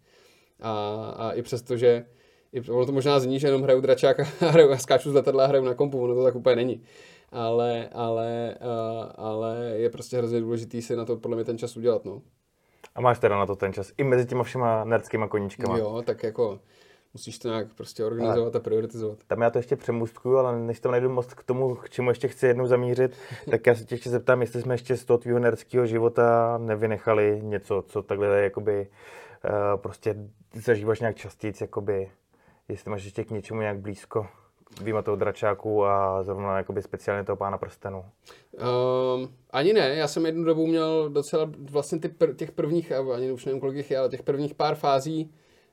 A, a i přesto, že i, ono to možná zní, že jenom hraju dračák a, hraju, a skáču z letadla a hraju na kompu, ono to tak úplně není. Ale, ale, ale je prostě hrozně důležitý si na to podle mě ten čas udělat, no. A máš teda na to ten čas i mezi těma všema nerdskýma koníčkama. Jo, tak jako musíš to nějak prostě organizovat ale a prioritizovat. Tam já to ještě přemůstkuju, ale než tam najdu most k tomu, k čemu ještě chci jednou zamířit, tak já se tě ještě zeptám, jestli jsme ještě z toho tvýho nerdského života nevynechali něco, co takhle jakoby uh, prostě zažíváš nějak častěji, jakoby, jestli máš ještě k něčemu nějak blízko. Vyjma toho dračáku a zrovna jakoby speciálně toho Pána prstenů. Um, ani ne, já jsem jednu dobu měl docela vlastně ty pr- těch prvních, ani už nevím kolik jich je, ale těch prvních pár fází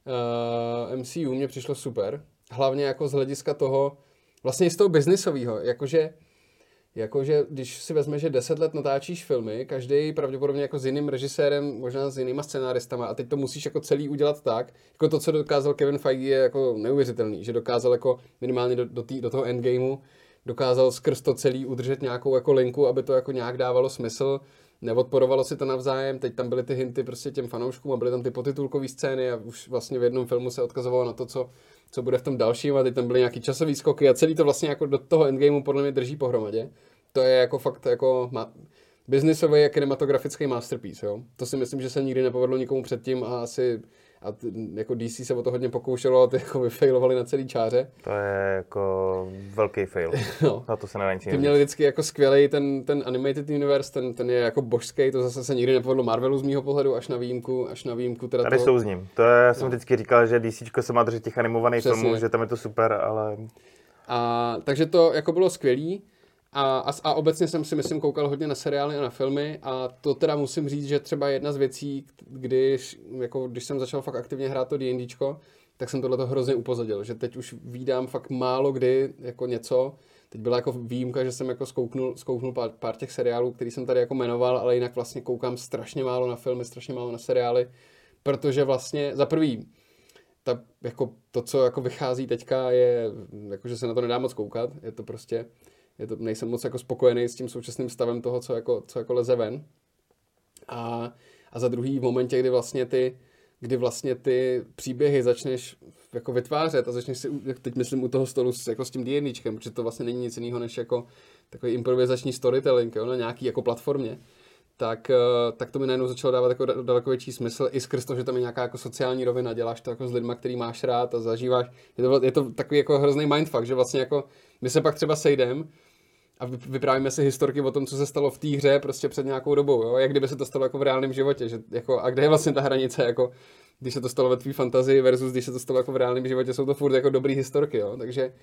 uh, M C U mě přišlo super. Hlavně jako z hlediska toho, vlastně i z toho biznisového, jakože Jakože, když si vezme, že deset let natáčíš filmy, každý pravděpodobně jako s jiným režisérem, možná s jinýma scenáristama a teď to musíš jako celý udělat tak, jako to, co dokázal Kevin Feige je jako neuvěřitelný, že dokázal jako minimálně do, do, tý, do toho endgameu, dokázal skrz to celý udržet nějakou jako linku, aby to jako nějak dávalo smysl, neodporovalo si to navzájem, teď tam byly ty hinty prostě těm fanouškům a byly tam ty potitulkové scény a už vlastně v jednom filmu se odkazovalo na to, co, co bude v tom dalším a teď tam byly nějaký časový skoky a celý to vlastně jako do toho endgameu podle mě drží pohromadě. To je jako fakt jako ma- biznisový a kinematografický masterpiece, jo. To si myslím, že se nikdy nepovedlo nikomu předtím a asi a t- jako D C se o to hodně pokoušelo a ty jako vyfailovali na celý čáře. To je jako velký fail. No. Na to se nedá nic Ty měli vždycky jako skvělej ten, ten animated universe, ten, ten je jako božský, to zase se nikdy nepovedlo Marvelu z mýho pohledu, až na výjimku, až na výjimku teda Tady toho... jsou s ním. To je, já jsem no. vždycky říkal, že DCčko se má držet těch animovaných Přesně. filmů, že tam je to super, ale... A, takže to jako bylo skvělý. A, a, a obecně jsem si myslím koukal hodně na seriály a na filmy a to teda musím říct, že třeba jedna z věcí, když, jako, když jsem začal fakt aktivně hrát to D&Dčko, tak jsem tohleto hrozně upozadil, že teď už vídám fakt málo kdy jako něco. Teď byla jako výjimka, že jsem jako zkouknul, zkouknul pár, pár těch seriálů, který jsem tady jako jmenoval, ale jinak vlastně koukám strašně málo na filmy, strašně málo na seriály, protože vlastně za prvý ta, jako to, co jako vychází teďka je, jako, že se na to nedá moc koukat, je to prostě Je to, nejsem moc jako spokojený s tím současným stavem toho, co jako, co jako leze ven. A, a za druhý v momentě, kdy vlastně ty, kdy vlastně ty příběhy začneš jako vytvářet a začneš si, teď myslím u toho stolu s, jako s tím D&Dčkem, protože to vlastně není nic jiného než jako takový improvizační storytelling, jo, na nějaký jako platformě, tak, tak to mi najednou začalo dávat jako daleko větší smysl i skrz to, že tam je nějaká jako sociální rovina, děláš to jako s lidma, který máš rád a zažíváš. Je to, je to takový jako hrozný mindfuck, že vlastně jako my se pak třeba sejdem a vyprávíme si historky o tom, co se stalo v té hře prostě před nějakou dobou, jo? Jak kdyby se to stalo jako v reálném životě, že jako, a kde je vlastně ta hranice, jako když se to stalo ve tvý fantazii versus když se to stalo jako v reálném životě, jsou to furt jako dobrý historky, jo? Takže,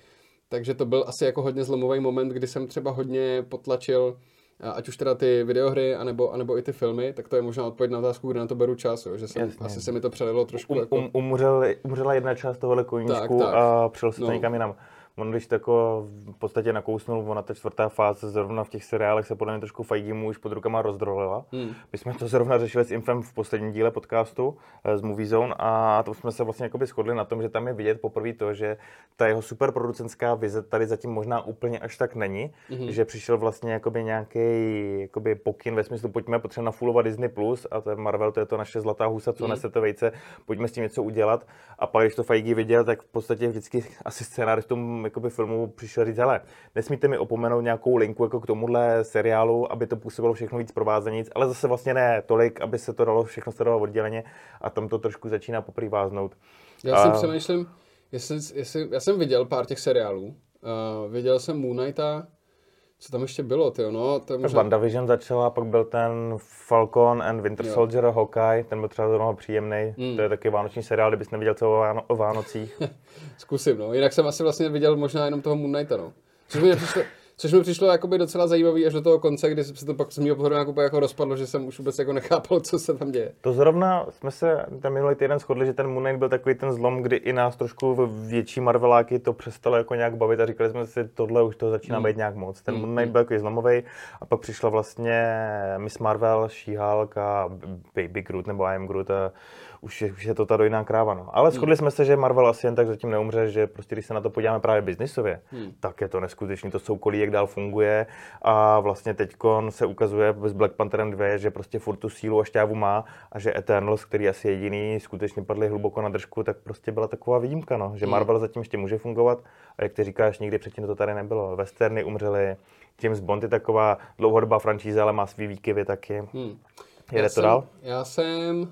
takže to byl asi jako hodně zlomový moment, kdy jsem třeba hodně potlačil, ať už teda ty videohry, anebo, anebo i ty filmy, tak to je možná odpověď na otázku, kde na to beru čas, jo, že jsem, Jasně. asi se mi to přelilo trošku um, jako... Um, umřel, umřela jedna část tohohle koníčku tak, tak. a přel se to No. někam jinam. On když to jako v podstatě nakousnul, ona ta čtvrtá fáze zrovna v těch seriálech se podle mě trošku Feige mu už pod rukama rozdrolila. Hmm. My jsme to zrovna řešili s Infem v posledním díle podcastu z Movie Zone a to jsme se vlastně jakoby shodli na tom, že tam je vidět poprvé to, že ta jeho superproducentská vize tady zatím možná úplně až tak není, hmm. že přišel vlastně jakoby nějaký jakoby pokyn ve smyslu pojďme potřebujeme nafulovat Disney Plus a ten Marvel, to je to naše zlatá husa, co hmm. nese to vejce, pojďme s tím něco udělat. A pak když to Feige viděl, tak v podstatě vždycky asi scénáristům jakoby filmu přišel říct, hele, nesmíte mi opomenout nějakou linku jako k tomuhle seriálu, aby to působilo všechno víc provázenic, ale zase vlastně ne tolik, aby se to dalo všechno sledovat odděleně a tam to trošku začíná poprvé váznout. Já a... si přemýšlím, jestli, jestli, já jsem viděl pár těch seriálů, uh, viděl jsem Moon Knighta, co tam ještě bylo, tyjo, no. To možná... WandaVision začala, pak byl ten Falcon and Winter jo. Soldier, Hawkeye, ten byl třeba zrovna příjemný. Mm. To je taky vánoční seriál, kdybys neviděl co o, Váno- o Vánocích. Zkusím, no. Jinak jsem asi vlastně viděl možná jenom toho Moon Knighta, no. Což mi přišlo, což mi přišlo jakoby docela zajímavý až do toho konce, kdy se to pak z mého pohledu jako, jako rozpadlo, že jsem už vůbec jako nechápal, co se tam děje. To zrovna jsme se ten minulý týden shodli, že ten Moon Knight byl takový ten zlom, kdy i nás trošku větší Marveláky to přestalo jako nějak bavit a říkali jsme si, tohle už to začíná mm. být nějak moc. Ten mm. Moon Knight byl takový zlomový a pak přišla vlastně Miss Marvel, She-Hulk a Baby Groot nebo I Am Groot a už je, už je to ta dojná kráva. No. Ale shodli hmm. jsme se, že Marvel asi jen tak zatím neumře, že prostě když se na to podíváme právě biznisově, hmm. tak je to neskutečný, to soukolí, jak dál funguje a vlastně teďkon se ukazuje s Black Pantherem dva, že prostě furt tu sílu a šťávu má a že Eternals, který asi jediný skutečně padli hluboko na držku, tak prostě byla taková výjimka, no. Že Marvel zatím ještě může fungovat a jak ty říkáš, nikdy předtím to tady nebylo. Westerny umřely, James Bond je taková dlouhodobá franšíza, ale má svý výkyvy taky. Hmm. Jede já to jsem, dál? Já jsem...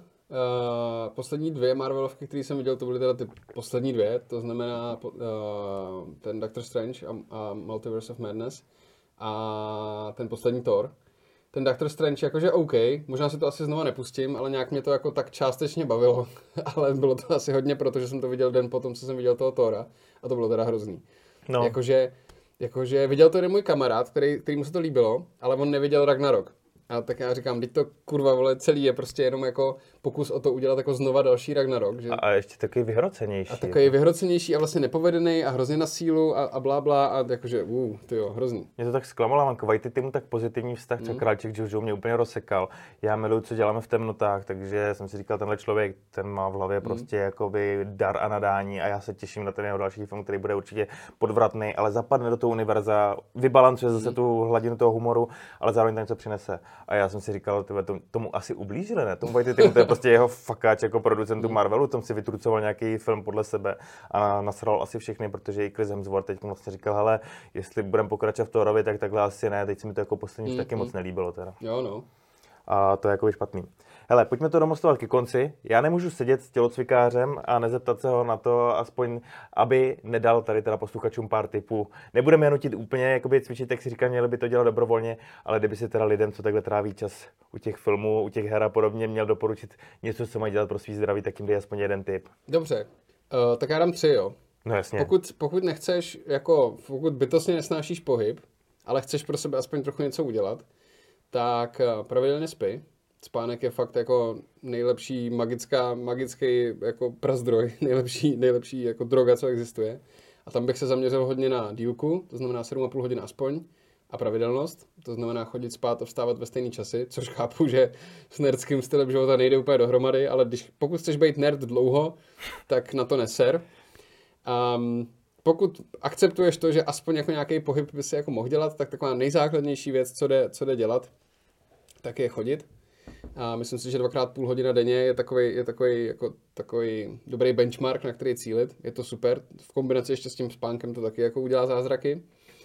Uh, poslední dvě Marvelovky, které jsem viděl, to byly teda ty poslední dvě, to znamená uh, ten Doctor Strange a, a Multiverse of Madness a ten poslední Thor. Ten Doctor Strange jakože OK, možná si to asi znova nepustím, ale nějak mě to jako tak částečně bavilo, ale bylo to asi hodně, protože jsem to viděl den potom, co jsem viděl toho Thora a to bylo teda hrozný. No. Jakože, jakože viděl to jeden můj kamarád, který, kterýmu se to líbilo, ale on neviděl Ragnarok. A tak já říkám, teď to kurva vole celý je prostě jenom jako pokus o to udělat jako znova další Ragnarok. Že? A ještě takový vyhrocenější. A takový vyhrocenější a vlastně nepovedený a hrozně na sílu a, a blá blá a jakože uh, tyjo, hrozný. Mě to tak zklamalo, mám k Waititimu tak pozitivní vztah, třeba mm. Králček Jojo mě úplně rozsekal. Já miluji, co děláme v temnotách, takže jsem si říkal, tenhle člověk, ten má v hlavě mm. prostě jakoby dar a nadání a já se těším na ten jeho další film, který bude určitě podvratný, ale zapadne do toho univerza, vybalancuje zase mm. tu hladinu toho humoru, ale zároveň tam něco přinese. A já jsem si říkal, tyhle, tomu asi ublížili, ne? Tomu Waititimu, to je prostě jeho fakáč jako producentu Marvelu, tom si vytrucoval nějaký film podle sebe a nasral asi všechny, protože i Chris Hemsworth teď vlastně říkal, hele, jestli budeme pokračovat v Thorovi, tak takhle asi ne, teď se mi to jako poslední mm, taky mm. moc nelíbilo teda. Jo, no. A to je jako špatný. Hele, pojďme to domostovat ke konci. Já nemůžu sedět s tělocvikářem a nezeptat se ho na to, aspoň, aby nedal tady teda posluchačům pár tipů. Nebudeme je nutit úplně jakoby cvičit, jak si říkám, měli by to dělat dobrovolně, ale kdyby si teda lidem, co takhle tráví čas u těch filmů, u těch her a podobně, měl doporučit něco, co mají dělat pro svý zdraví, tak jim dej aspoň jeden tip. Dobře, uh, tak já dám tři, jo. No jasně. Pokud, pokud nechceš, jako pokud bytostně nesnášíš pohyb, ale chceš pro sebe aspoň trochu něco udělat, tak pravidelně spí. Spánek je fakt jako nejlepší magická, magický jako prazdroj, nejlepší, nejlepší jako droga, co existuje. A tam bych se zaměřil hodně na dílku, to znamená sedm a půl hodin aspoň, a pravidelnost, to znamená chodit spát a vstávat ve stejný časy, což chápu, že s nerdským stylem života nejde úplně dohromady, ale když, pokud chceš být nerd dlouho, tak na to neser. Um, pokud akceptuješ to, že aspoň jako nějaký pohyb by si jako mohl dělat, tak taková nejzákladnější věc, co jde, co jde dělat, tak je chodit. A myslím si, že dvakrát půl hodina denně je takový, je takový, jako, takový dobrý benchmark, na který cílit. Je to super. V kombinaci ještě s tím spánkem to taky jako udělá zázraky.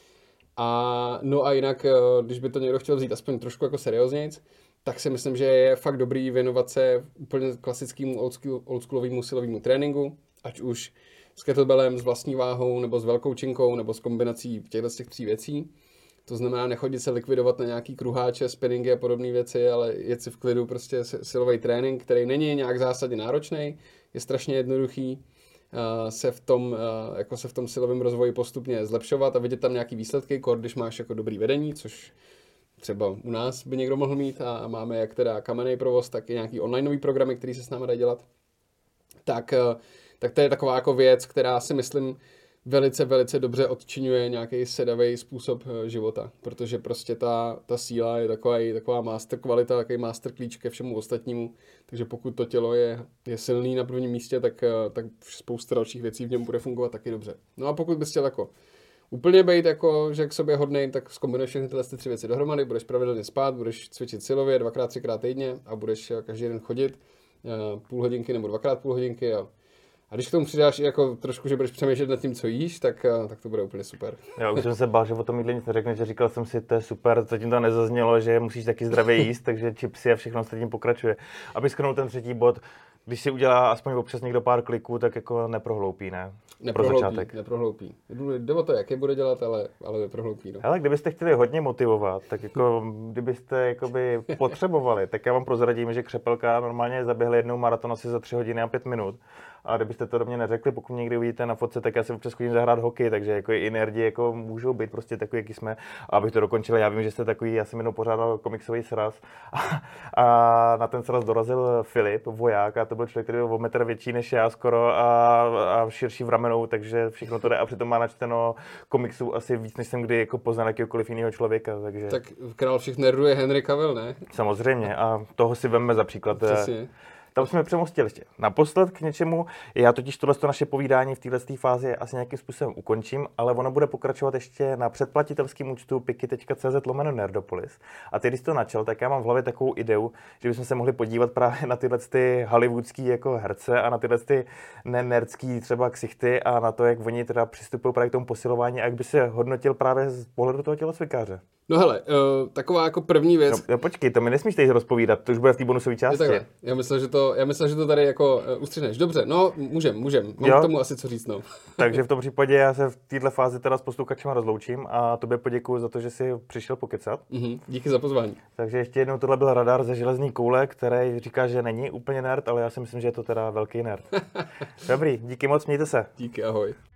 A no a jinak, když by to někdo chtěl vzít aspoň trošku jako serióznějc, tak si myslím, že je fakt dobrý věnovat se úplně klasickému oldschoolovému silovému tréninku, ať už s kettlebellem, s vlastní váhou, nebo s velkou činkou, nebo s kombinací těchto z těch tří věcí. To znamená nechodit se likvidovat na nějaký kruháče, spinningy a podobné věci, ale jet si v klidu prostě silový trénink, který není nějak zásadně náročný, je strašně jednoduchý se v tom, jako se v tom silovém rozvoji postupně zlepšovat a vidět tam nějaký výsledky, kor, když máš jako dobrý vedení, což třeba u nás by někdo mohl mít a máme jak teda kamenný provoz, tak i nějaký onlineový programy, který se s námi dají dělat. Tak, tak to je taková jako věc, která si myslím velice, velice dobře odčiňuje nějaký sedavý způsob života, protože prostě ta, ta síla je taková, taková master kvalita, takový master klíč ke všemu ostatnímu, takže pokud to tělo je, je silný na prvním místě, tak, tak spousta dalších věcí v něm bude fungovat taky dobře. No a pokud bys chtěl jako úplně být jako, že k sobě hodnej, tak zkombinuješ všechny tyhle tři věci dohromady, budeš pravidelně spát, budeš cvičit silově dvakrát, třikrát týdně a budeš každý den chodit půl hodinky nebo dvakrát půl hodinky a A když k tomu přidáš i jako trošku, že budeš přemýšlet nad tím, co jíš, tak, tak to bude úplně super. Já už jsem se bál, že o tom jídle nic neřekne, že říkal jsem si, to je super, zatím to nezaznělo, že musíš taky zdravě jíst, takže chipsy a všechno ostatní pokračuje. Aby shrnul ten třetí bod, když si udělá aspoň občas někdo pár kliků, tak jako neprohloupí, ne? Neprohloupí, Pro začátek. neprohloupí. Jde o to, jak je bude dělat, ale, ale neprohloupí. No. Hele, kdybyste chtěli hodně motivovat, tak jako kdybyste jakoby potřebovali, tak já vám prozradím, že Křepelka normálně zaběhli jednou maraton asi za tři hodiny a pět minut. A kdybyste to do mě neřekli, pokud někdy uvidíte na fotce, tak já si občas chodím zahrát hokej, takže jako i nerdi jako můžou být prostě takový, jaký jsme. A abych to dokončil, já vím, že jste takový, já jsem jednou pořádal komiksový sraz a, a na ten sraz dorazil Filip, voják, a to byl člověk, který byl o metr větší než já skoro a, a širší v ramenou, takže všechno to jde a přitom má načteno komiksů asi víc, než jsem kdy jako poznal jakýkoliv jiného člověka. Takže... Tak král všech nerdů je Henry Cavill, ne? Samozřejmě a toho si vemme za příklad. Přesně. Tam jsme přemostili ještě. Naposled k něčemu, já totiž tohle naše povídání v této fázi asi nějakým způsobem ukončím, ale ono bude pokračovat ještě na předplatitelském účtu piky tečka cé zet lomeno nerdopolis. A ty, když to načal, tak já mám v hlavě takovou ideu, že bychom se mohli podívat právě na tyhle ty hollywoodský jako herce a na tyhle ty nenerdský třeba ksichty a na to, jak oni teda přistupují právě k tomu posilování a jak by se hodnotil právě z pohledu toho tělocvikáře. No hele, uh, taková jako první věc. No, počkej, to mi nesmíš teď rozpovídat, to už bude v té bonusové části. Já myslel, že to, já myslel, že to tady jako uh, ustřihneš. Dobře, no můžem, můžem. Mám jo. K tomu asi co říct, no. Takže v tom případě já se v této fázi teda s posluchačem rozloučím a tobě poděkuju za to, že jsi přišel pokecat. Mm-hmm. Díky za pozvání. Takže ještě jednou, tohle byl Radar ze železní koule, který říká, že není úplně nerd, ale já si myslím, že je to teda velký nerd. Dobrý, díky moc, mějte se. Díky, ahoj.